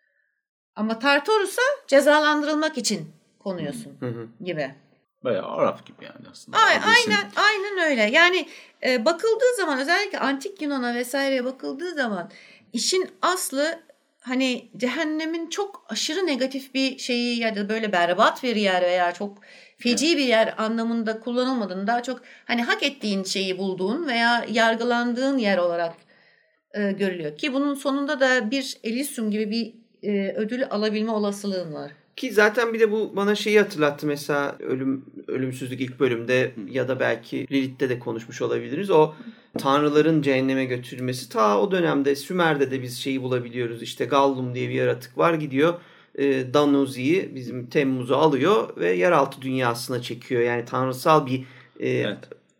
Ama Tartarus'a cezalandırılmak için konuyorsun hı hı. gibi. Bayağı Arap gibi yani aslında. Aynen, aynen, aynen öyle. Yani e, bakıldığı zaman özellikle antik Yunan'a vesaireye bakıldığı zaman işin aslı hani cehennemin çok aşırı negatif bir şeyi ya da böyle berbat bir yer veya çok feci evet. bir yer anlamında kullanılmadığını daha çok hani hak ettiğin şeyi bulduğun veya yargılandığın yer olarak e, görülüyor. Ki bunun sonunda da bir Elysium gibi bir e, ödül alabilme olasılığın var. Ki zaten bir de bu bana şeyi hatırlattı mesela ölüm ölümsüzlük ilk bölümde ya da belki Lilith'te de konuşmuş olabiliriz. O tanrıların cehenneme götürülmesi ta o dönemde Sümer'de de biz şeyi bulabiliyoruz. İşte Gallum diye bir yaratık var gidiyor. E, Danuzi'yi bizim Temmuz'u alıyor ve yeraltı dünyasına çekiyor. Yani tanrısal bir e, evet.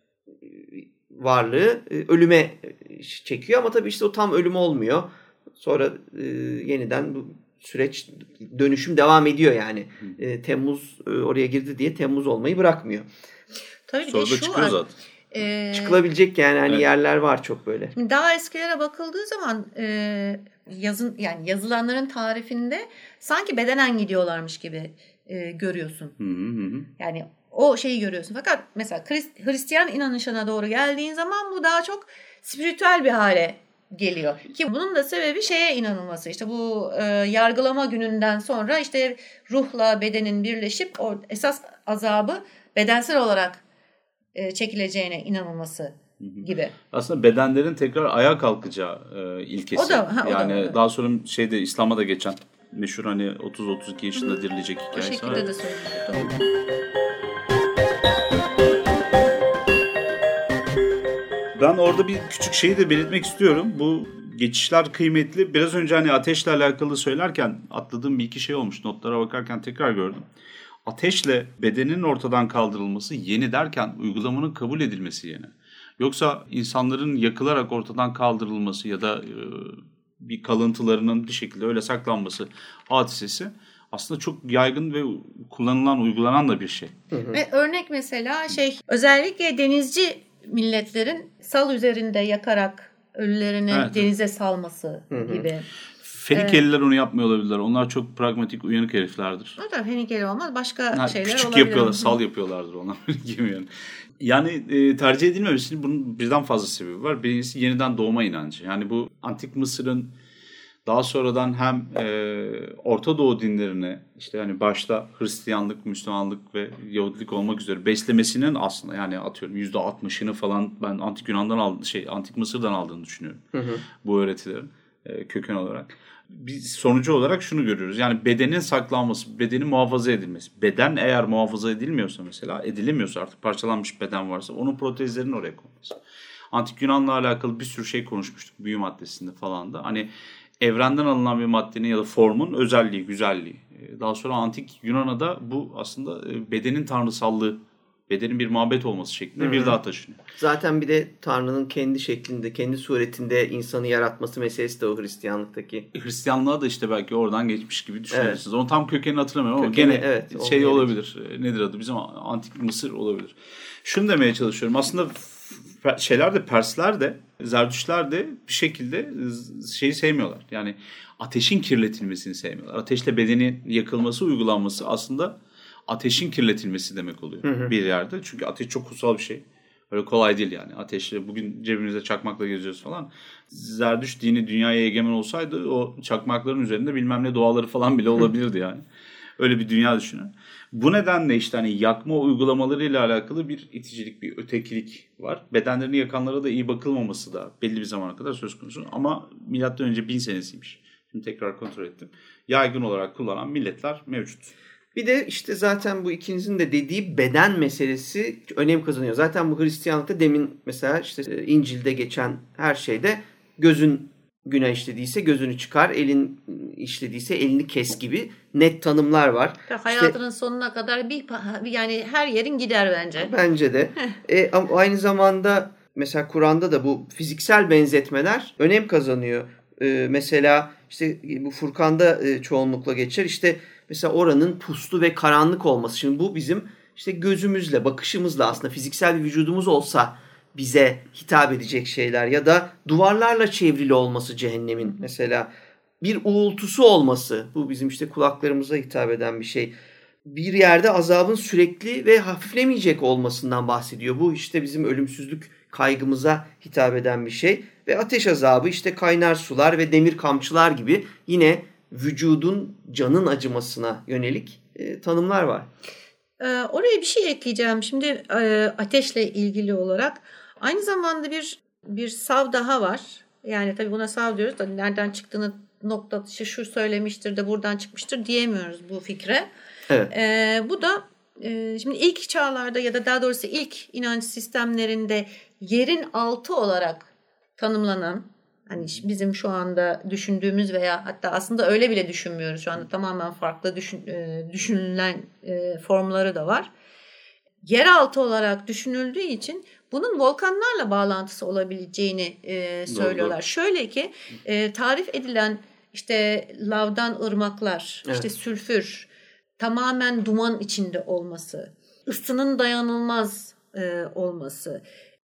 varlığı e, ölüme çekiyor ama tabii işte o tam ölüm olmuyor. Sonra e, yeniden bu süreç, dönüşüm devam ediyor yani. E, Temmuz e, oraya girdi diye Temmuz olmayı bırakmıyor. Tabii Sonra da çıkıyor zaten. Ee, Çıkılabilecek yani hani evet. yerler var çok böyle. Daha eskilere bakıldığı zaman e, yazın yani yazılanların tarifinde sanki bedenen gidiyorlarmış gibi e, görüyorsun. Hı hı. Yani o şeyi görüyorsun. Fakat mesela Hrist- Hristiyan inanışına doğru geldiğin zaman bu daha çok spiritüel bir hale geliyor. Ki bunun da sebebi şeye inanılması. İşte bu e, yargılama gününden sonra işte ruhla bedenin birleşip o esas azabı bedensel olarak e, çekileceğine inanılması gibi. Aslında bedenlerin tekrar ayağa kalkacağı e, ilkesi. O da, ha, o yani da, evet. Daha sonra şeyde İslam'a da geçen meşhur hani otuz otuz iki yaşında dirilecek hikayesi var. O şekilde de söylüyor. Ben orada bir küçük şeyi de belirtmek istiyorum. Bu geçişler kıymetli. Biraz önce hani ateşle alakalı söylerken atladığım bir iki şey olmuş. Notlara bakarken tekrar gördüm. Ateşle bedenin ortadan kaldırılması yeni derken uygulamanın kabul edilmesi yeni. Yoksa insanların yakılarak ortadan kaldırılması ya da e, bir kalıntılarının bir şekilde öyle saklanması hadisesi aslında çok yaygın ve kullanılan, uygulanan da bir şey. Hı hı. Ve örnek mesela şey özellikle denizci milletlerin sal üzerinde yakarak ölülerini evet, denize salması hı hı. gibi. Fenikeliler evet. onu yapmıyor olabilirler. Onlar çok pragmatik, uyanık heriflerdir. O da Fenikeli olmaz. Başka ha, şeyler küçük olabilir. Küçük yapıyorlar, sal yapıyorlardır onlar gibi yani. Yani e, tercih edilmemesinin bunun birden fazla sebebi var. Birincisi yeniden doğma inancı. Yani bu Antik Mısır'ın daha sonradan hem e, Orta Doğu dinlerine işte hani başta Hristiyanlık, Müslümanlık ve Yahudilik olmak üzere beslemesinin aslında yani atıyorum yüzde altmışını falan ben Antik Yunan'dan aldım, şey Antik Mısır'dan aldığını düşünüyorum. Hı hı. Bu öğretilerin e, köken olarak. Biz sonucu olarak şunu görüyoruz. Yani bedenin saklanması, bedenin muhafaza edilmesi. Beden eğer muhafaza edilmiyorsa mesela, edilemiyorsa artık parçalanmış beden varsa onun protezlerin oraya konması. Antik Yunan'la alakalı bir sürü şey konuşmuştuk büyü maddesinde falan da. Hani evrenden alınan bir maddenin ya da formun özelliği, güzelliği. Daha sonra Antik Yunan'a da bu aslında bedenin tanrısallığı, bedenin bir mabet olması şeklinde hmm. bir daha taşınıyor. Zaten bir de Tanrı'nın kendi şeklinde, kendi suretinde insanı yaratması meselesi de o Hristiyanlıktaki. Hristiyanlığa da işte belki oradan geçmiş gibi düşünüyorsunuz. Evet. Onun tam kökenini hatırlamıyorum Kökeni, ama gene evet, şey olabilir. Nedir adı? Bizim Antik Mısır olabilir. Şunu demeye çalışıyorum. Aslında şeyler de Persler de Zerdüştler de bir şekilde şeyi sevmiyorlar. Yani ateşin kirletilmesini sevmiyorlar. Ateşle bedenin yakılması, uygulanması aslında ateşin kirletilmesi demek oluyor hı hı. bir yerde. Çünkü ateş çok kutsal bir şey. Öyle kolay değil yani. Ateşle bugün cebimizde çakmakla geziyoruz falan. Zerdüşt dini dünyaya egemen olsaydı o çakmakların üzerinde bilmem ne duaları falan bile olabilirdi yani. Öyle bir dünya düşünün. Bu nedenle işte hani yakma uygulamalarıyla alakalı bir iticilik, bir ötekilik var. Bedenlerini yakanlara da iyi bakılmaması da belli bir zamana kadar söz konusu. Ama milattan önce bin senesiymiş. Şimdi tekrar kontrol ettim. Yaygın olarak kullanan milletler mevcut. Bir de işte zaten bu ikinizin de dediği beden meselesi önem kazanıyor. Zaten bu Hristiyanlıkta demin mesela işte İncil'de geçen her şeyde gözün günah işlediyse gözünü çıkar, elin işlediyse elini kes gibi net tanımlar var. Hayatının işte, sonuna kadar bir yani her yerin gider bence. Bence de. e, ama aynı zamanda mesela Kur'an'da da bu fiziksel benzetmeler önem kazanıyor. E, mesela işte bu Furkan'da e, çoğunlukla geçer. İşte mesela oranın puslu ve karanlık olması. Şimdi bu bizim işte gözümüzle, bakışımızla aslında fiziksel bir vücudumuz olsa bize hitap edecek şeyler ya da duvarlarla çevrili olması cehennemin mesela bir uğultusu olması bu bizim işte kulaklarımıza hitap eden bir şey. Bir yerde azabın sürekli ve hafiflemeyecek olmasından bahsediyor. Bu işte bizim ölümsüzlük kaygımıza hitap eden bir şey ve ateş azabı işte kaynar sular ve demir kamçılar gibi yine vücudun canın acımasına yönelik e, tanımlar var. Ee, oraya bir şey ekleyeceğim. Şimdi e, ateşle ilgili olarak aynı zamanda bir bir sav daha var. Yani tabii buna sav diyoruz da nereden çıktığını nokta şu, şu söylemiştir de buradan çıkmıştır diyemiyoruz bu fikre. Evet. Ee, bu da e, şimdi ilk çağlarda ya da daha doğrusu ilk inanç sistemlerinde yerin altı olarak tanımlanan hani bizim şu anda düşündüğümüz veya hatta aslında öyle bile düşünmüyoruz. Şu anda tamamen farklı düşün, e, düşünülen e, formları da var. Yeraltı olarak düşünüldüğü için bunun volkanlarla bağlantısı olabileceğini e, söylüyorlar. Doğru. Şöyle ki e, tarif edilen işte lavdan ırmaklar, evet. işte sülfür, tamamen duman içinde olması, ısının dayanılmaz e, olması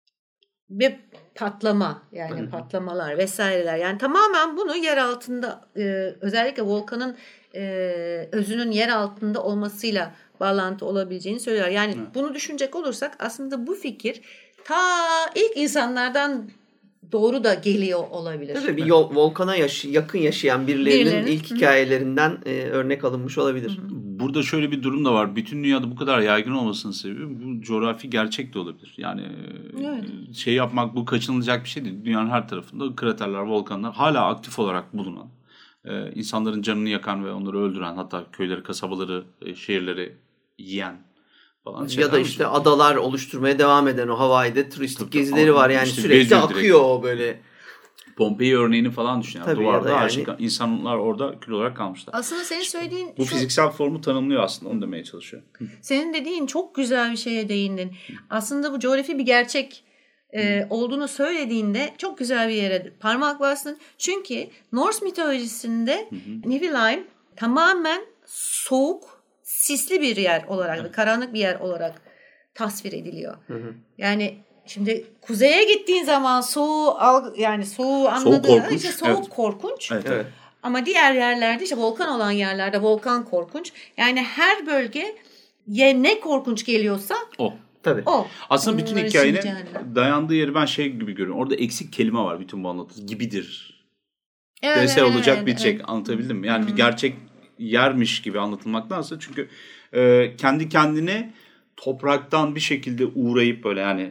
ve patlama, yani Hı-hı. patlamalar vesaireler. Yani tamamen bunu yer altında e, özellikle volkanın e, özünün yer altında olmasıyla bağlantı olabileceğini söylüyor. Yani Hı. bunu düşünecek olursak aslında bu fikir ta ilk insanlardan doğru da geliyor olabilir. Tabii bir yol, volkana yaşı, yakın yaşayan birilerinin, birilerinin ilk Hı-hı. hikayelerinden e, örnek alınmış olabilir. Hı-hı. Burada şöyle bir durum da var. Bütün dünyada bu kadar yaygın olmasının sebebi bu coğrafi gerçek de olabilir. Yani evet. şey yapmak bu kaçınılacak bir şey değil. Dünyanın her tarafında kraterler, volkanlar hala aktif olarak bulunan, e, insanların canını yakan ve onları öldüren, hatta köyleri, kasabaları, e, şehirleri yiyen falan. Ya da işte var. Adalar oluşturmaya devam eden o Hawaii'de turistik tabii, gezileri var. Yani işte sürekli akıyor direkt. O böyle. Pompei örneğini falan düşün. Yani. Duvarda yani. Aşık insanlar orada kül olarak kalmışlar. Aslında senin söylediğin... Bu şu, fiziksel formu tanımlıyor aslında. Onu demeye çalışıyor. Senin dediğin çok güzel bir şeye değindin. Aslında bu coğrafi bir gerçek e, olduğunu söylediğinde çok güzel bir yere parmak bastın. Çünkü Norse mitolojisinde Niflheim tamamen soğuk, sisli bir yer olarak, evet. karanlık bir yer olarak tasvir ediliyor. Hı hı. Yani şimdi kuzeye gittiğin zaman soğuğu yani soğuğu anladığında işte soğuk evet. korkunç. Evet, evet. Ama diğer yerlerde işte volkan olan yerlerde volkan korkunç. Yani her bölge ye ne korkunç geliyorsa o. Tabii. O. Aslında bütün hikayenin dayandığı yeri ben şey gibi görüyorum. Orada eksik kelime var bütün bu anlatı. Gibidir. Evet, Dese evet, olacak evet, bitecek. Evet. Anlatabildim mi? Yani Hı-hı. bir gerçek yermiş gibi anlatılmaktansa çünkü e, kendi kendine topraktan bir şekilde uğrayıp böyle yani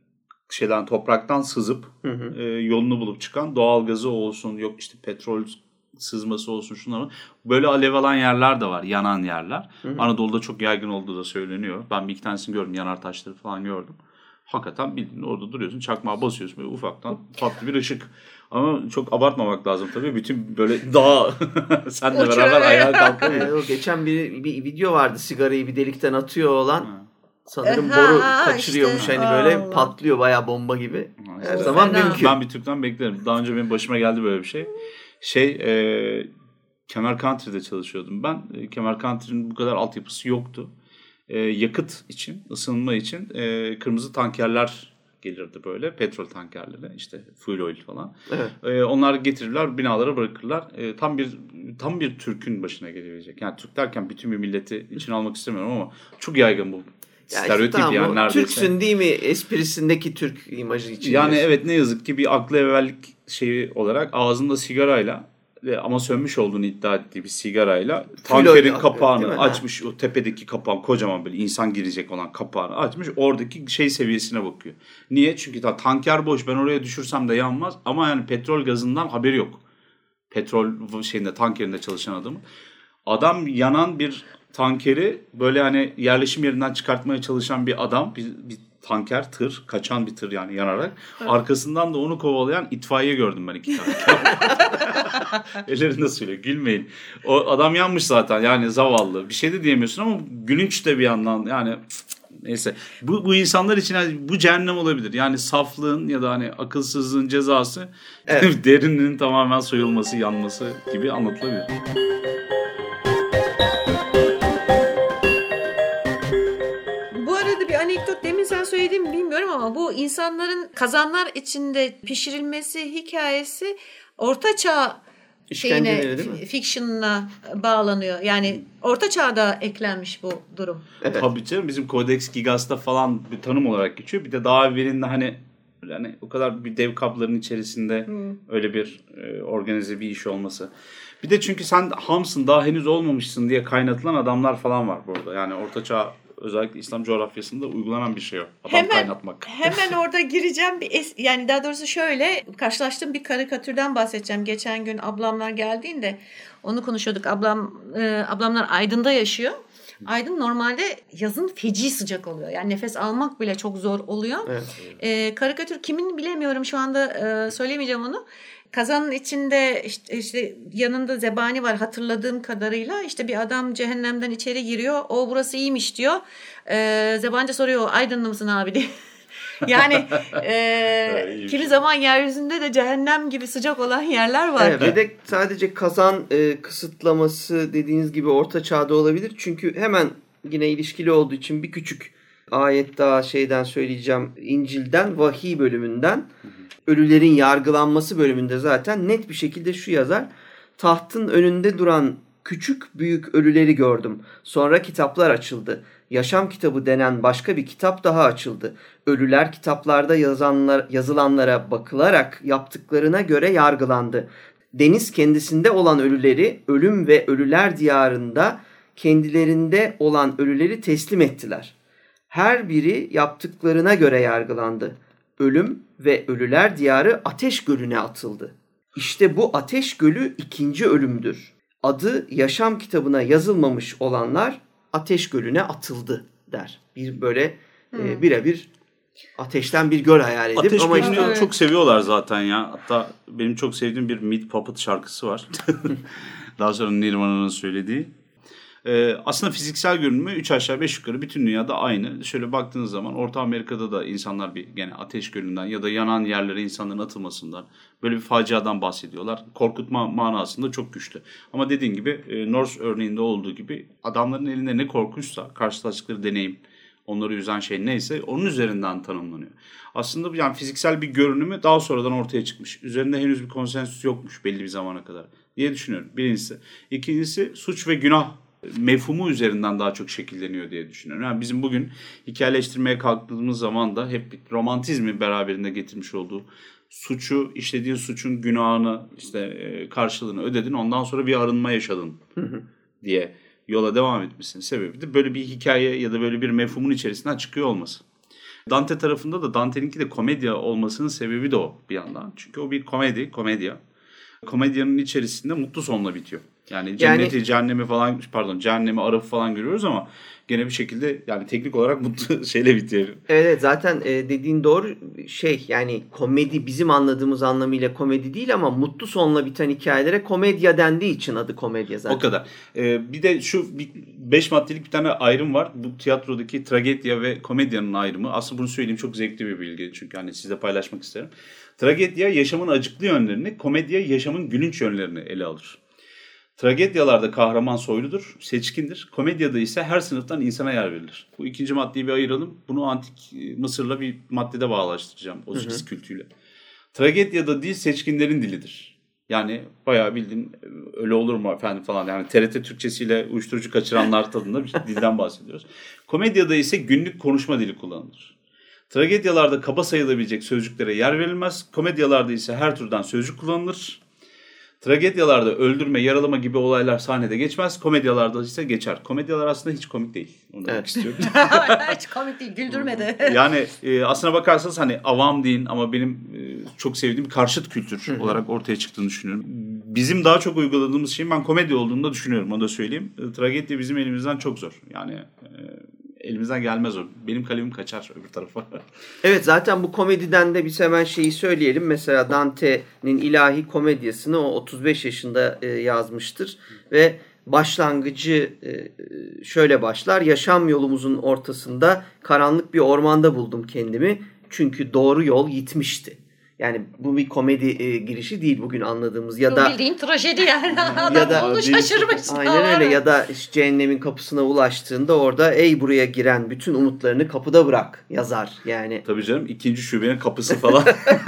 şeyden topraktan sızıp hı hı. E, yolunu bulup çıkan doğal gazı olsun yok işte petrol sızması olsun şunlar böyle alev alan yerler de var, yanan yerler. Hı hı. Anadolu'da çok yaygın olduğu da söyleniyor. Ben bir iki tanesini gördüm, yanar taşları falan gördüm. Hakikaten bildiğin orada duruyorsun, çakmağa basıyorsun böyle ufaktan tatlı bir ışık. Ama çok abartmamak lazım tabii. Bütün böyle dağ senle beraber ayağa kalkamıyor. Ee, geçen bir, bir video vardı, sigarayı bir delikten atıyor olan. Ha. Sanırım boru ha, kaçırıyormuş işte. Hani böyle Allah. Patlıyor bayağı bomba gibi. Her o zaman fena. Mümkün. Ben bir Türk'ten beklerim. Daha önce benim başıma geldi böyle bir şey. Şey e, Kemer Country'de çalışıyordum ben. E, Kemer Country'nin bu kadar altyapısı yoktu. E, yakıt için, ısınma için e, kırmızı tankerler gelirdi böyle. Petrol tankerleri, işte fuel oil falan. Evet. E, onlar getirirler, binalara bırakırlar. E, tam bir tam bir Türk'ün başına gelebilecek. Yani Türk derken bütün bir milleti içine almak istemiyorum ama çok yaygın bu. Ya stereotip işte tamam, yani neredeyse. Türksün değil mi esprisindeki Türk imajı için. Yani diyorsun. Evet ne yazık ki bir aklı evvellik şeyi olarak ağzında sigarayla ama sönmüş olduğunu iddia ettiği bir sigarayla tankerin kapağını açmış, o tepedeki kapağın kocaman böyle insan girecek olan kapağını açmış, oradaki şey seviyesine bakıyor. Niye? Çünkü ta, tanker boş, ben oraya düşürsem de yanmaz ama yani petrol gazından haberi yok. Petrol şeyinde, tankerinde çalışan adamın. Adam yanan bir tankeri böyle hani yerleşim yerinden çıkartmaya çalışan bir adam, bir, bir tanker, tır, kaçan bir tır yani yanarak. Evet. Arkasından da onu kovalayan itfaiye gördüm ben iki tane. Ellerinde suyla, gülmeyin. O adam yanmış zaten yani zavallı. Bir şey de diyemiyorsun ama gülünç de bir yandan yani neyse. Bu, bu insanlar için bu cehennem olabilir. Yani saflığın ya da hani akılsızlığın cezası evet. Derininin tamamen soyulması, yanması gibi anlatılabilir. Sen söylediğimi bilmiyorum ama bu insanların kazanlar içinde pişirilmesi hikayesi Orta Çağ şeyine, fiction'ına bağlanıyor. Yani Orta Çağ'da eklenmiş bu durum. Evet. Tabii canım, bizim Codex Gigas'ta falan bir tanım olarak geçiyor. Bir de daha evvelinde hani yani o kadar bir dev kapların içerisinde hmm. öyle bir e, organize bir iş olması. Bir de çünkü sen hamsın, daha henüz olmamışsın diye kaynatılan adamlar falan var burada. Yani Orta Çağ özellikle İslam coğrafyasında uygulanan bir şey o. Adam hemen, kaynatmak. Hemen orada gireceğim. Bir es, yani daha doğrusu şöyle, karşılaştığım bir karikatürden bahsedeceğim. Geçen gün ablamlar geldiğinde onu konuşuyorduk. Ablam e, ablamlar Aydın'da yaşıyor. Aydın normalde yazın feci sıcak oluyor. Yani nefes almak bile çok zor oluyor. Evet. E, karikatür kimin bilemiyorum şu anda, e, söylemeyeceğim onu. Kazanın içinde işte, işte yanında zebani var hatırladığım kadarıyla. İşte bir adam cehennemden içeri giriyor. O burası iyiymiş diyor. Ee, zebancı soruyor, Aydınlı mısın abi diye. Yani e, kimi zaman yeryüzünde de cehennem gibi sıcak olan yerler var. Evet, ve de sadece kazan e, kısıtlaması dediğiniz gibi orta çağda olabilir. Çünkü hemen yine ilişkili olduğu için bir küçük ayet daha şeyden söyleyeceğim. İncil'den, vahiy bölümünden, ölülerin yargılanması bölümünde zaten net bir şekilde şu yazar. Tahtın önünde duran küçük büyük ölüleri gördüm. Sonra kitaplar açıldı. Yaşam kitabı denen başka bir kitap daha açıldı. Ölüler kitaplarda yazanlar, yazılanlara bakılarak yaptıklarına göre yargılandı. Deniz kendisinde olan ölüleri ölüm ve ölüler diyarında kendilerinde olan ölüleri teslim ettiler. Her biri yaptıklarına göre yargılandı. Ölüm ve ölüler diyarı ateş gölüne atıldı. İşte bu ateş gölü ikinci ölümdür. Adı yaşam kitabına yazılmamış olanlar ateş gölüne atıldı der. Bir böyle hmm. e, birebir ateşten bir göl hayal edip. Ateş ama gölünü işte... çok seviyorlar zaten ya. Hatta benim çok sevdiğim bir Meat Puppet şarkısı var. Daha sonra Nirvana'nın söylediği. Ee, aslında fiziksel görünümü üç aşağı beş yukarı bütün dünyada aynı. Şöyle baktığınız zaman Orta Amerika'da da insanlar bir gene ateş gölünden ya da yanan yerlere insanların atılmasından böyle bir faciadan bahsediyorlar. Korkutma manasında çok güçlü. Ama dediğin gibi e, Norse örneğinde olduğu gibi adamların elinde ne korkunçsa karşılaştıkları deneyim, onları üzen şey neyse onun üzerinden tanımlanıyor. Aslında yani fiziksel bir görünümü daha sonradan ortaya çıkmış. Üzerinde henüz bir konsensüs yokmuş belli bir zamana kadar diye düşünüyorum. Birincisi. İkincisi suç ve günah mefhumu üzerinden daha çok şekilleniyor diye düşünüyorum. Yani bizim bugün hikayeleştirmeye kalktığımız zaman da hep romantizmi beraberinde getirmiş olduğu suçu, işlediğin suçun günahını, işte karşılığını ödedin, ondan sonra bir arınma yaşadın diye yola devam etmesinin sebebi de böyle bir hikaye ya da böyle bir mefhumun içerisinden çıkıyor olması. Dante tarafında da Dante'ninki de komedya olmasının sebebi de o bir yandan. Çünkü o bir komedi, komedya. Komedyanın içerisinde mutlu sonla bitiyor. Yani cenneti, yani, cehennemi falan, pardon cehennemi, arafı falan görüyoruz ama gene bir şekilde yani teknik olarak mutlu şeyle bitiyor. Evet, zaten dediğin doğru şey, yani komedi bizim anladığımız anlamıyla komedi değil ama mutlu sonla biten hikayelere komedya dendiği için adı komedya zaten. O kadar. Ee, bir de şu bir, beş maddelik bir tane ayrım var. Bu tiyatrodaki tragedya ve komedyanın ayrımı. Aslında bunu söyleyeyim, çok zevkli bir bilgi çünkü hani sizle paylaşmak isterim. Tragedya yaşamın acıklı yönlerini, komedya yaşamın gülünç yönlerini ele alır. Tragedyalarda kahraman soyludur, seçkindir. Komedyada ise her sınıftan insana yer verilir. Bu ikinci maddeyi bir ayıralım. Bunu antik Mısır'la bir maddede bağlaştıracağım. O sekiz kültüyle. Tragedyada dil seçkinlerin dilidir. Yani bayağı bildiğin öyle olur mu efendim falan. Yani T R T Türkçesiyle uyuşturucu kaçıranlar tadında bir dilden bahsediyoruz. Komedyada ise günlük konuşma dili kullanılır. Tragedyalarda kaba sayılabilecek sözcüklere yer verilmez. Komedyalarda ise her türden sözcük kullanılır. Tragedyalarda öldürme, yaralama gibi olaylar sahnede geçmez. Komedyalarda ise geçer. Komedyalar aslında hiç komik değil. Onu demek istiyorum. Hiç komik değil. Güldürmedi. Yani e, aslına bakarsanız hani avam deyin ama benim e, çok sevdiğim karşıt kültür olarak ortaya çıktığını düşünüyorum. Bizim daha çok uyguladığımız şeyin ben komedi olduğunu da düşünüyorum. Onu da söyleyeyim. E, tragedya bizim elimizden çok zor. Yani e, elimizden gelmez o. Benim kalemim kaçar öbür tarafa. Evet, zaten bu komediden de biz hemen şeyi söyleyelim. Mesela Dante'nin ilahi komedyasını o otuz beş yaşında e, yazmıştır. Ve başlangıcı e, şöyle başlar. Yaşam yolumuzun ortasında karanlık bir ormanda buldum kendimi. Çünkü doğru yol yitmişti. Yani bu bir komedi e, girişi değil bugün anladığımız ya da bildiğin trajedi yani. Adam ya da onu şaşırmış. Aynen öyle, ya da işte cehennemin kapısına ulaştığında orada ey buraya giren bütün umutlarını kapıda bırak yazar yani. Tabii canım, ikinci şubenin kapısı falan.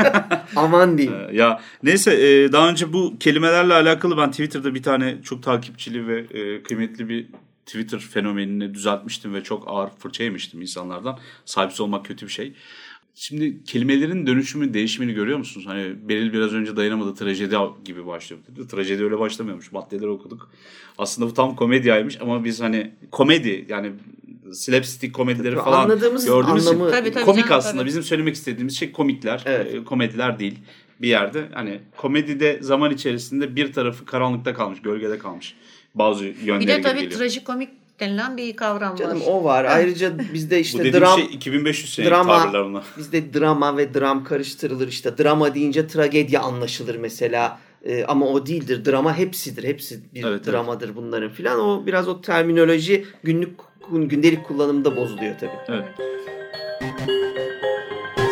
Aman diyeyim. Ya neyse, e, daha önce bu kelimelerle alakalı ben Twitter'da bir tane çok takipçili ve e, kıymetli bir Twitter fenomenini düzeltmiştim ve çok ağır fırça yemiştim insanlardan. Sahipsiz olmak kötü bir şey. Şimdi kelimelerin dönüşümü, değişimini görüyor musunuz? Hani Beril biraz önce dayanamadı, trajedi gibi başlıyor dedi. Trajedi öyle başlamıyormuş. Maddeleri okuduk. Aslında bu tam komedyaymış ama biz hani komedi, yani slapstick komedileri tabii falan anladığımız gördüğümüz anlamı tabii, tabii, komik canım, aslında. tabii. Bizim söylemek istediğimiz şey komikler, evet. e, komediler değil bir yerde. Hani komedide zaman içerisinde bir tarafı karanlıkta kalmış, gölgede kalmış. Bazı yönleri bir de gibi tabii geliyor. trajikomik denilen bir kavram Canım, var. o var. Ayrıca bizde işte bu dram şey iki bin beş yüz senelik tabirler bunlar. Bizde drama ve dram karıştırılır. İşte drama deyince tragedya anlaşılır mesela. Ee, ama o değildir. Drama hepsidir. Hepsi bir evet, dramadır evet. bunların filan. O biraz o terminoloji günlük gündelik kullanımda bozuluyor tabii. Evet.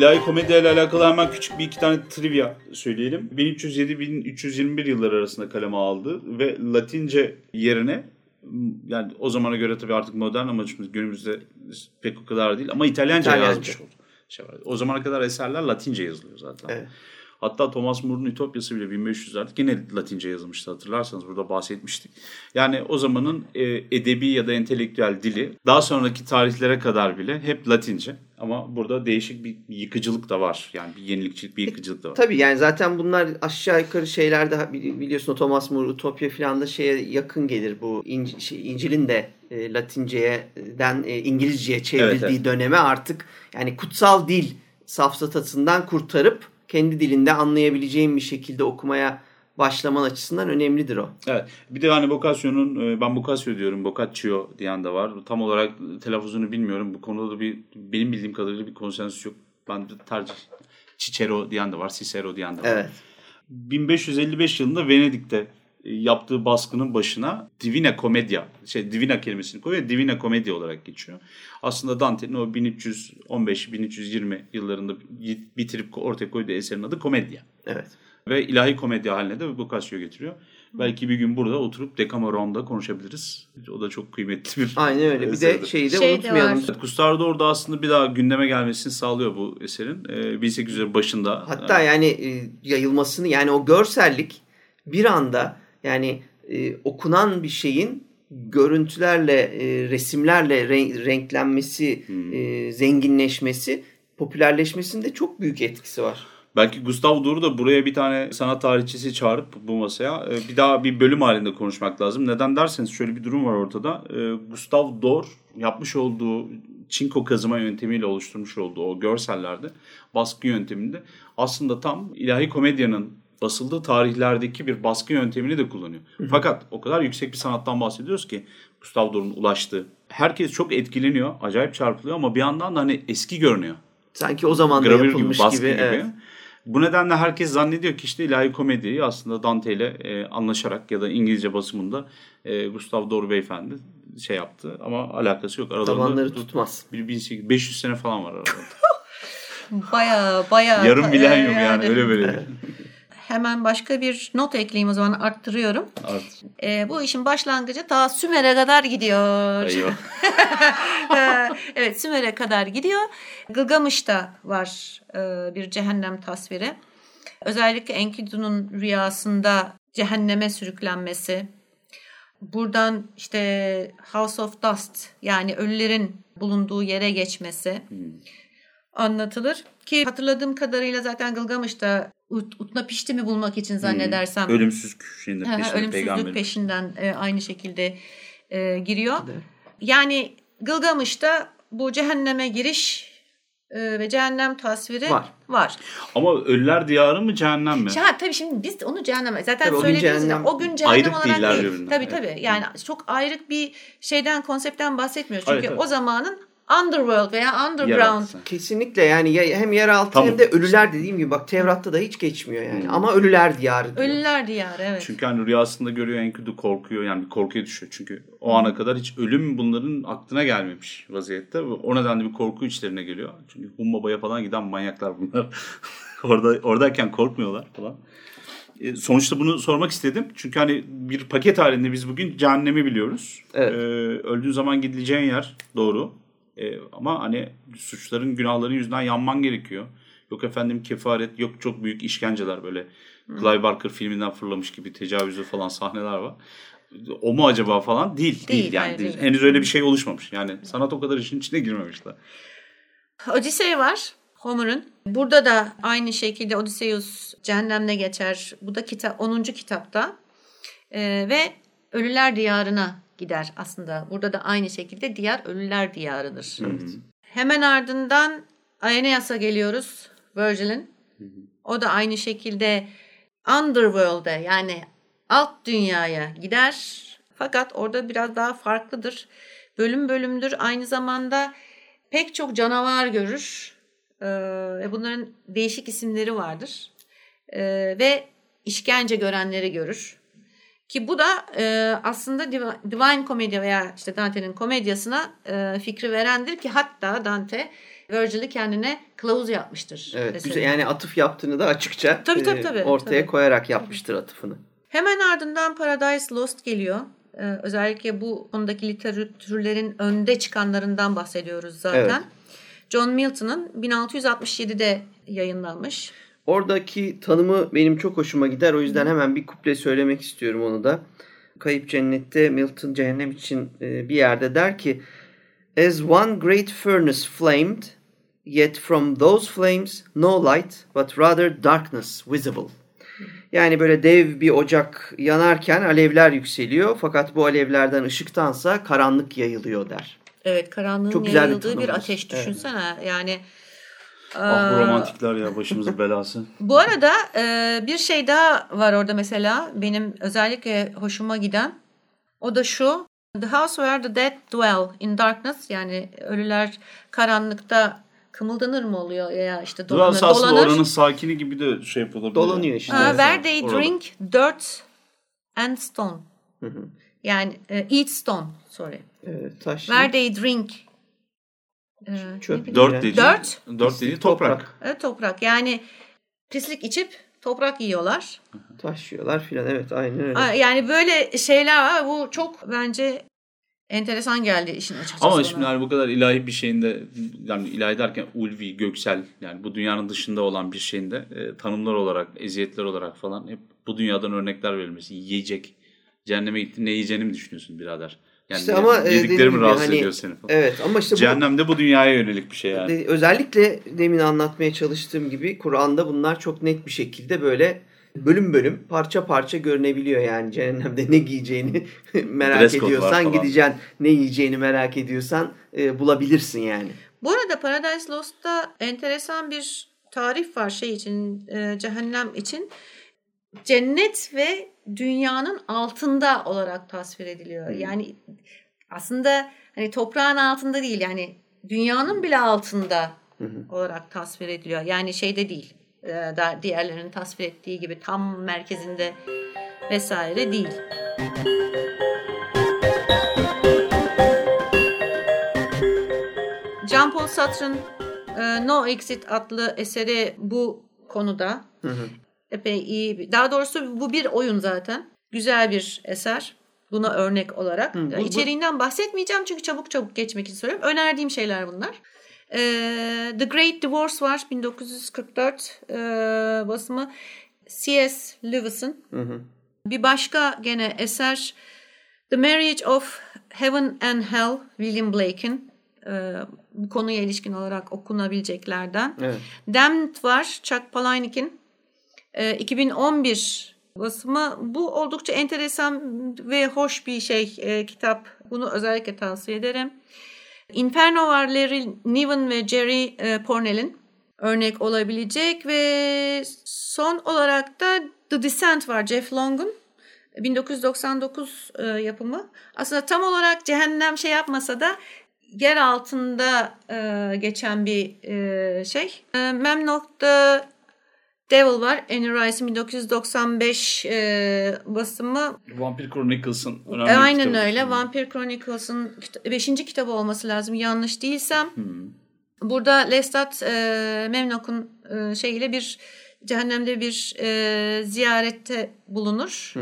ilahi komedya ile alakalı hemen küçük bir iki tane trivia söyleyelim. bin üç yüz yedi bin üç yüz yirmi bir yılları arasında kaleme aldı ve Latince yerine, yani o zamana göre tabii artık modern ama günümüzde pek o kadar değil ama İtalyanca, İtalyanca. yazmış oldu. Şey var. O zamana kadar eserler Latince yazılıyor zaten. Evet. Hatta Thomas More'un Ütopyası bile bin beş yüzlerde yine Latince yazılmıştı, hatırlarsanız burada bahsetmiştik. Yani o zamanın e, edebi ya da entelektüel dili daha sonraki tarihlere kadar bile hep Latince. Ama burada değişik bir yıkıcılık da var. Yani bir yenilikçilik, bir yıkıcılık da var. E, tabii yani zaten bunlar aşağı yukarı şeylerde, biliyorsun Thomas More Ütopya falan da şeye yakın gelir. Bu İnc- şey, İncil'in de e, Latince'den e, İngilizce'ye çevrildiği evet, evet. döneme artık yani kutsal dil safsatasından kurtarıp kendi dilinde anlayabileceğin bir şekilde okumaya başlaman açısından önemlidir o. Evet. Bir de hani Boccaccio'nun, ben Boccaccio diyorum, Boccaccio diyen de var. Tam olarak telaffuzunu bilmiyorum. Bu konuda da bir, benim bildiğim kadarıyla bir konsensüs yok. Ben de tercih. Cicero diyen de var, Cicero diyen de var. Evet. bin beş yüz elli beş yılında Venedik'te yaptığı baskının başına Divina Commedia, şey Divina kelimesini koyuyor, Divina Commedia olarak geçiyor. Aslında Dante'nin o bin üç yüz on beş bin üç yüz yirmi yıllarında bitirip ortaya koyduğu eserin adı Commedia. Evet. Ve ilahi komedya haline de Boccaccio getiriyor. Belki bir gün burada oturup Decameron'da konuşabiliriz. O da çok kıymetli bir Aynen öyle. eserdir. Bir de şeyi de şey unutmayalım. De Gustave Doré aslında bir daha gündeme gelmesini sağlıyor bu eserin. bin sekiz yüzlerin başında. Hatta yani e, yayılmasını, yani o görsellik bir anda, yani e, okunan bir şeyin görüntülerle, e, resimlerle re- renklenmesi, hmm. e, zenginleşmesi, popülerleşmesinde çok büyük etkisi var. Belki Gustave Doré da buraya bir tane sanat tarihçisi çağırıp bu masaya bir daha bir bölüm halinde konuşmak lazım. Neden derseniz şöyle bir durum var ortada. Gustave Doré yapmış olduğu çinko kazıma yöntemiyle oluşturmuş olduğu o görsellerde, baskı yönteminde aslında tam ilahi komedyanın basıldığı tarihlerdeki bir baskı yöntemini de kullanıyor. Hı hı. Fakat o kadar yüksek bir sanattan bahsediyoruz ki Gustave Doré'nin ulaştığı. Herkes çok etkileniyor, acayip çarpılıyor ama bir yandan da hani eski görünüyor. Sanki o zaman da yapılmış gibi. gibi. gibi. Evet. Bu nedenle herkes zannediyor ki işte ilahi komediyi aslında Dante ile e, anlaşarak ya da İngilizce basımında e, Gustave Doré beyefendi şey yaptı ama alakası yok. Aralarında tabanları tutmaz. beş yüz sene falan var aralarında. Baya baya. Yarım milenyum yani, yani öyle böyle. Hemen başka bir not ekleyeyim o zaman, arttırıyorum. Art. Ee, bu işin başlangıcı ta Sümer'e kadar gidiyor. Evet, Sümer'e kadar gidiyor. Gılgamış'ta var e, bir cehennem tasviri. Özellikle Enkidu'nun rüyasında cehenneme sürüklenmesi. Buradan işte House of Dust, yani ölülerin bulunduğu yere geçmesi hmm. anlatılır. Ki hatırladığım kadarıyla zaten Gılgamış'ta Ut, Utnapiştim'i bulmak için zannedersem. Hmm. Ölümsüzlük peşinden. Ha, ölümsüzlük peşinden e, aynı şekilde e, giriyor. Evet. Yani Gılgamış'ta bu cehenneme giriş e, ve cehennem tasviri var. var. Ama ölüler diyarı mı cehennem mi? Ha, tabii şimdi biz onu cehenneme zaten tabii söylediğimiz gibi o gün cehennem ayrık olarak değil. Birbirinden. Tabii tabii. Evet. Yani çok ayrık bir şeyden, konseptten bahsetmiyoruz. Çünkü evet, evet. o zamanın Underworld veya Underground. Yeraltı. Kesinlikle yani hem yeraltı tamam. hem de ölüler, dediğim gibi bak Tevrat'ta da hiç geçmiyor yani. Hmm. Ama ölüler diyarı diyor. Ölüler diyarı, evet. Çünkü hani rüyasında görüyor, Enkidu korkuyor, yani bir korkuya düşüyor. Çünkü o ana kadar hiç ölüm bunların aklına gelmemiş vaziyette. O nedenle bir korku içlerine geliyor. Çünkü Humbaba'ya falan giden manyaklar bunlar. Orada oradayken korkmuyorlar falan. E, sonuçta bunu sormak istedim. Çünkü hani bir paket halinde biz bugün cehennemi biliyoruz. Evet. E, öldüğün zaman gidileceğin yer doğru. Ee, ama hani suçların, günahların yüzünden yanman gerekiyor. Yok efendim kefaret, yok çok büyük işkenceler, böyle hmm. Clive Barker filminden fırlamış gibi tecavüzlü falan sahneler var. O mu acaba falan? Değil. Değil, değil yani. Değil. Henüz öyle bir şey oluşmamış. Yani sanat o kadar işin içine girmemişler. Odyssey var. Homer'ın. Burada da aynı şekilde Odysseus cehennemle geçer. Bu da kitap, onuncu kitapta. Ee, ve Ölüler Diyarı'na gider aslında. Burada da aynı şekilde diyar ölüler diyarıdır. Hı hı. Hemen ardından Aeneas'a geliyoruz. Virgil'in. Hı hı. O da aynı şekilde Underworld'e, yani alt dünyaya gider. Fakat orada biraz daha farklıdır. Bölüm bölümdür. Aynı zamanda pek çok canavar görür. Ee, bunların değişik isimleri vardır. Ee, ve işkence görenleri görür. Ki bu da e, aslında Divine Commedia veya işte Dante'nin komedyasına e, fikri verendir ki hatta Dante Virgil'i kendine kılavuz yapmıştır. Evet, eseri. Güzel. Yani atıf yaptığını da açıkça tabii, tabii, tabii, ortaya tabii. koyarak yapmıştır atıfını. Hemen ardından Paradise Lost geliyor. Ee, özellikle bu konudaki literatürlerin önde çıkanlarından bahsediyoruz zaten. Evet. John Milton'ın bin altı yüz altmış yedide yayınlanmış. Oradaki tanımı benim çok hoşuma gider. O yüzden hemen bir kuple söylemek istiyorum onu da. Kayıp Cennet'te Milton cehennem için bir yerde der ki As one great furnace flamed, yet from those flames no light, but rather darkness visible. Yani böyle dev bir ocak yanarken alevler yükseliyor. Fakat bu alevlerden ışıktansa karanlık yayılıyor der. Evet, karanlığın çok yayıldığı bir, bir ateş düşünsene. Evet. Yani ah bu romantikler ya, başımızın belası. Bu arada bir şey daha var orada mesela. Benim özellikle hoşuma giden. O da şu. The house where the dead dwell in darkness. Yani ölüler karanlıkta kımıldanır mı oluyor ya işte dolanır. Biraz aslında oranın sakini gibi de şey yapılabilir. Dolanıyor işte. Uh, where they orada. Drink dirt and stone. Hı hı. Yani uh, eat stone. Sorry. Evet, taş. Where they drink. Uh, Çöp. Dirt dediği. Dirt. Dirt dediği toprak. toprak. Evet, toprak. Yani pislik içip toprak yiyorlar. Taş yiyorlar filan. Evet, aynen öyle. Yani böyle şeyler var. Bu çok bence enteresan geldi işin açıkçası. Ama şimdi yani bu kadar ilahi bir şeyinde, yani ilahi derken ulvi, göksel, yani bu dünyanın dışında olan bir şeyinde e, tanımlar olarak, eziyetler olarak falan hep bu dünyadan örnekler verilmesi. Yiyecek, cehenneme gittin ne yiyeceğini mi düşünüyorsun birader? Yani işte ama yediklerimi rahatsız hani, ediyor seni falan. Evet, ama işte cehennemde bu, bu dünyaya yönelik bir şey yani. De, özellikle demin anlatmaya çalıştığım gibi Kur'an'da bunlar çok net bir şekilde böyle bölüm bölüm, parça parça görünebiliyor yani. Cehennemde ne giyeceğini merak Dress ediyorsan gideceksin, ne yiyeceğini merak ediyorsan e, bulabilirsin yani. Bu arada Paradise Lost'ta enteresan bir tarif var şey için, e, cehennem için. Cennet ve dünyanın altında olarak tasvir ediliyor. Hmm. Yani aslında hani toprağın altında değil, yani dünyanın bile altında hmm. olarak tasvir ediliyor. Yani şeyde değil, diğerlerinin tasvir ettiği gibi tam merkezinde vesaire değil. Jean-Paul Sartre'ın No Exit adlı eseri bu konuda hı hı. epey iyi. Daha doğrusu bu bir oyun zaten. Güzel bir eser. Buna örnek olarak. Hı, bu, İçeriğinden bahsetmeyeceğim çünkü çabuk çabuk geçmek istiyorum. Önerdiğim şeyler bunlar. The Great Divorce var. bin dokuz yüz kırk dört e, basımı. C S Lewis'ın. Hı hı. Bir başka gene eser The Marriage of Heaven and Hell, William Blake'in. E, bu konuya ilişkin olarak okunabileceklerden. Evet. Damned var. Chuck Palahniuk'in. E, iki bin on bir basımı. Bu oldukça enteresan ve hoş bir şey e, kitap. Bunu özellikle tavsiye ederim. Inferno var, Larry Niven ve Jerry e, Pournelle'in örnek olabilecek ve son olarak da The Descent var, Jeff Long'un bin dokuz yüz doksan dokuz e, yapımı. Aslında tam olarak cehennem şey yapmasa da yer altında e, geçen bir e, şey. E, Memnoch'ta Devil var, Annie Rice'in bin dokuz yüz doksan beş e, basımı. Vampire Chronicles'ın önemli e, aynen kitabı. Öyle. Vampire Chronicles'ın beşinci kitabı olması lazım yanlış değilsem. Hmm. Burada Lestat e, Memnoch'un e, şeyiyle bir cehennemde bir e, ziyarette bulunur.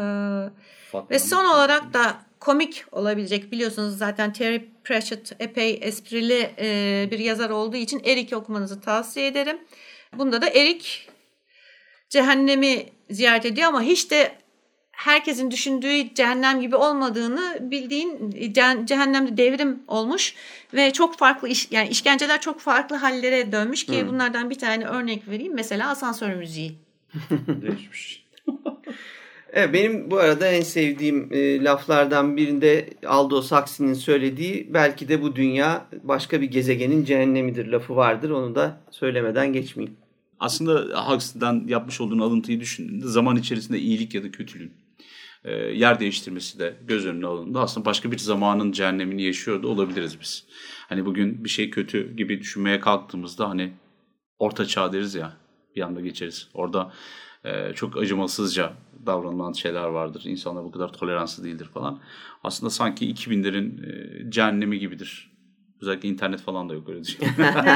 E, ve son olarak da komik olabilecek, biliyorsunuz zaten Terry Pratchett epey esprili e, bir yazar olduğu için Eric okumanızı tavsiye ederim. Bunda da Eric cehennemi ziyaret ediyor ama hiç de herkesin düşündüğü cehennem gibi olmadığını, bildiğin cehennemde devrim olmuş ve çok farklı iş, yani işkenceler çok farklı hallere dönmüş ki hmm. bunlardan bir tane örnek vereyim. Mesela asansör müziği. Değişmiş. Evet, benim bu arada en sevdiğim e, laflardan birinde Aldous Huxley'nin söylediği, belki de bu dünya başka bir gezegenin cehennemidir lafı vardır. Onu da söylemeden geçmeyeyim. Aslında Huxley'den yapmış olduğun alıntıyı düşündüğünde zaman içerisinde iyilik ya da kötülüğün e, yer değiştirmesi de göz önüne alındığında aslında başka bir zamanın cehennemini yaşıyor da olabiliriz biz. Hani bugün bir şey kötü gibi düşünmeye kalktığımızda hani orta çağ deriz ya, bir anda geçeriz. Orada e, çok acımasızca davranılan şeyler vardır. İnsanlar bu kadar toleranslı değildir falan. Aslında sanki iki binlerin e, cehennemi gibidir Özellikle internet falan da yok öyle düşün.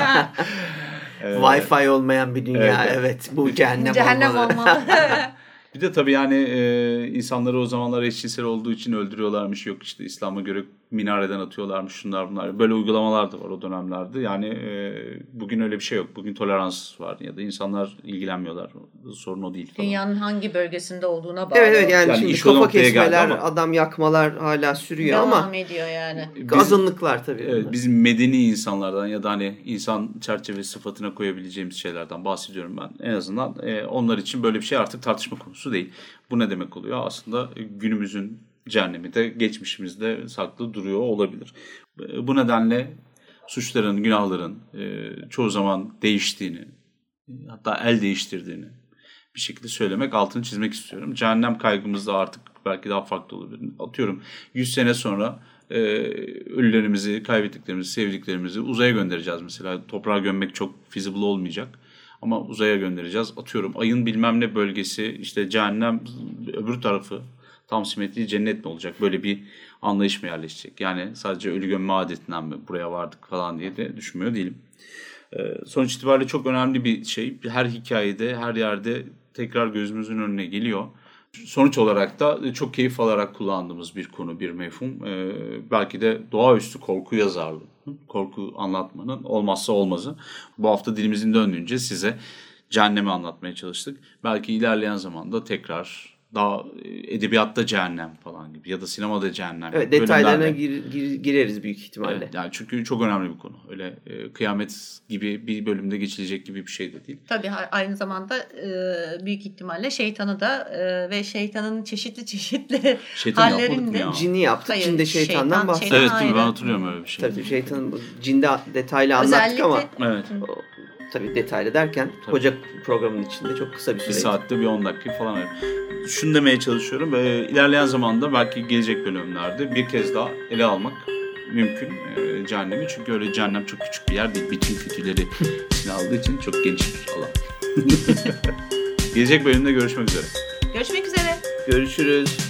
ee, Wi-Fi olmayan bir dünya. Evet, evet bu cehennem, cehennem olmalı. olmalı. Bir de tabii yani e, insanları o zamanlar eşcinsel olduğu için öldürüyorlarmış. Yok işte İslam'a göre minareden atıyorlarmış şunlar bunlar. Böyle uygulamalar da var o dönemlerde. Yani e, bugün öyle bir şey yok. Bugün tolerans var ya da insanlar ilgilenmiyorlar. Sorun o değil falan. Dünyanın hangi bölgesinde olduğuna bağlı. Evet evet yani, yani şimdi kafa kesmeler, ama, adam yakmalar hala sürüyor devam ama. Devam ediyor yani. Azınlıklar tabii. Evet, bizim medeni insanlardan ya da hani insan çerçeve sıfatına koyabileceğimiz şeylerden bahsediyorum ben. En azından e, onlar için böyle bir şey artık tartışma konusu değil. Bu ne demek oluyor? Aslında günümüzün cehennemi de geçmişimizde saklı duruyor olabilir. Bu nedenle suçların, günahların e, çoğu zaman değiştiğini, hatta el değiştirdiğini bir şekilde söylemek, altını çizmek istiyorum. Cehennem kaygımız da artık belki daha farklı olabilir. Atıyorum yüz sene sonra e, ölülerimizi, kaybettiklerimizi, sevdiklerimizi uzaya göndereceğiz mesela. Toprağa gömmek çok feasible olmayacak. Ama uzaya göndereceğiz. Atıyorum ayın bilmem ne bölgesi, işte cehennem öbür tarafı tam simetri cennet mi olacak? Böyle bir anlayış mı yerleşecek? Yani sadece ölü gömme adetinden mi buraya vardık falan diye de düşünmüyor değilim. Ee, sonuç itibariyle çok önemli bir şey. Her hikayede, her yerde tekrar gözümüzün önüne geliyor. Sonuç olarak da çok keyif alarak kullandığımız bir konu, bir mefhum. Ee, belki de doğaüstü korku yazarlığı, korku anlatmanın olmazsa olmazı. Bu hafta dilimizin döndüğünce size cehennemi anlatmaya çalıştık. Belki ilerleyen zamanda tekrar daha edebiyatta cehennem falan gibi ya da sinemada cehennem. Evet, detaylarına gir, gir, gireriz büyük ihtimalle. Evet, yani çünkü çok önemli bir konu. Öyle e, kıyamet gibi bir bölümde geçilecek gibi bir şey de değil. Tabii aynı zamanda e, büyük ihtimalle şeytanı da e, ve şeytanın çeşitli çeşitli Şeytan hallerini de. Ya. Cini yaptık. Hayır, Cinde şeytandan şeytan, bahsettik. şeytan Evet değil mi? Ben ayrı. hatırlıyorum öyle bir şey. Tabii şeytanın cinde detaylı anlattık Özellikle, ama evet. o, tabii detaylı derken tabii. Koca programın içinde çok kısa bir süre. Bir saatte bir on dakika falan öyle. Şunu demeye çalışıyorum. E, ilerleyen zamanda belki gelecek bölümlerde bir kez daha ele almak mümkün e, cehennemi. Çünkü öyle cehennem çok küçük bir yer değil. Bütün kötüleri içine aldığı için çok geniş bir alan. Gelecek bölümde görüşmek üzere. Görüşmek üzere. Görüşürüz.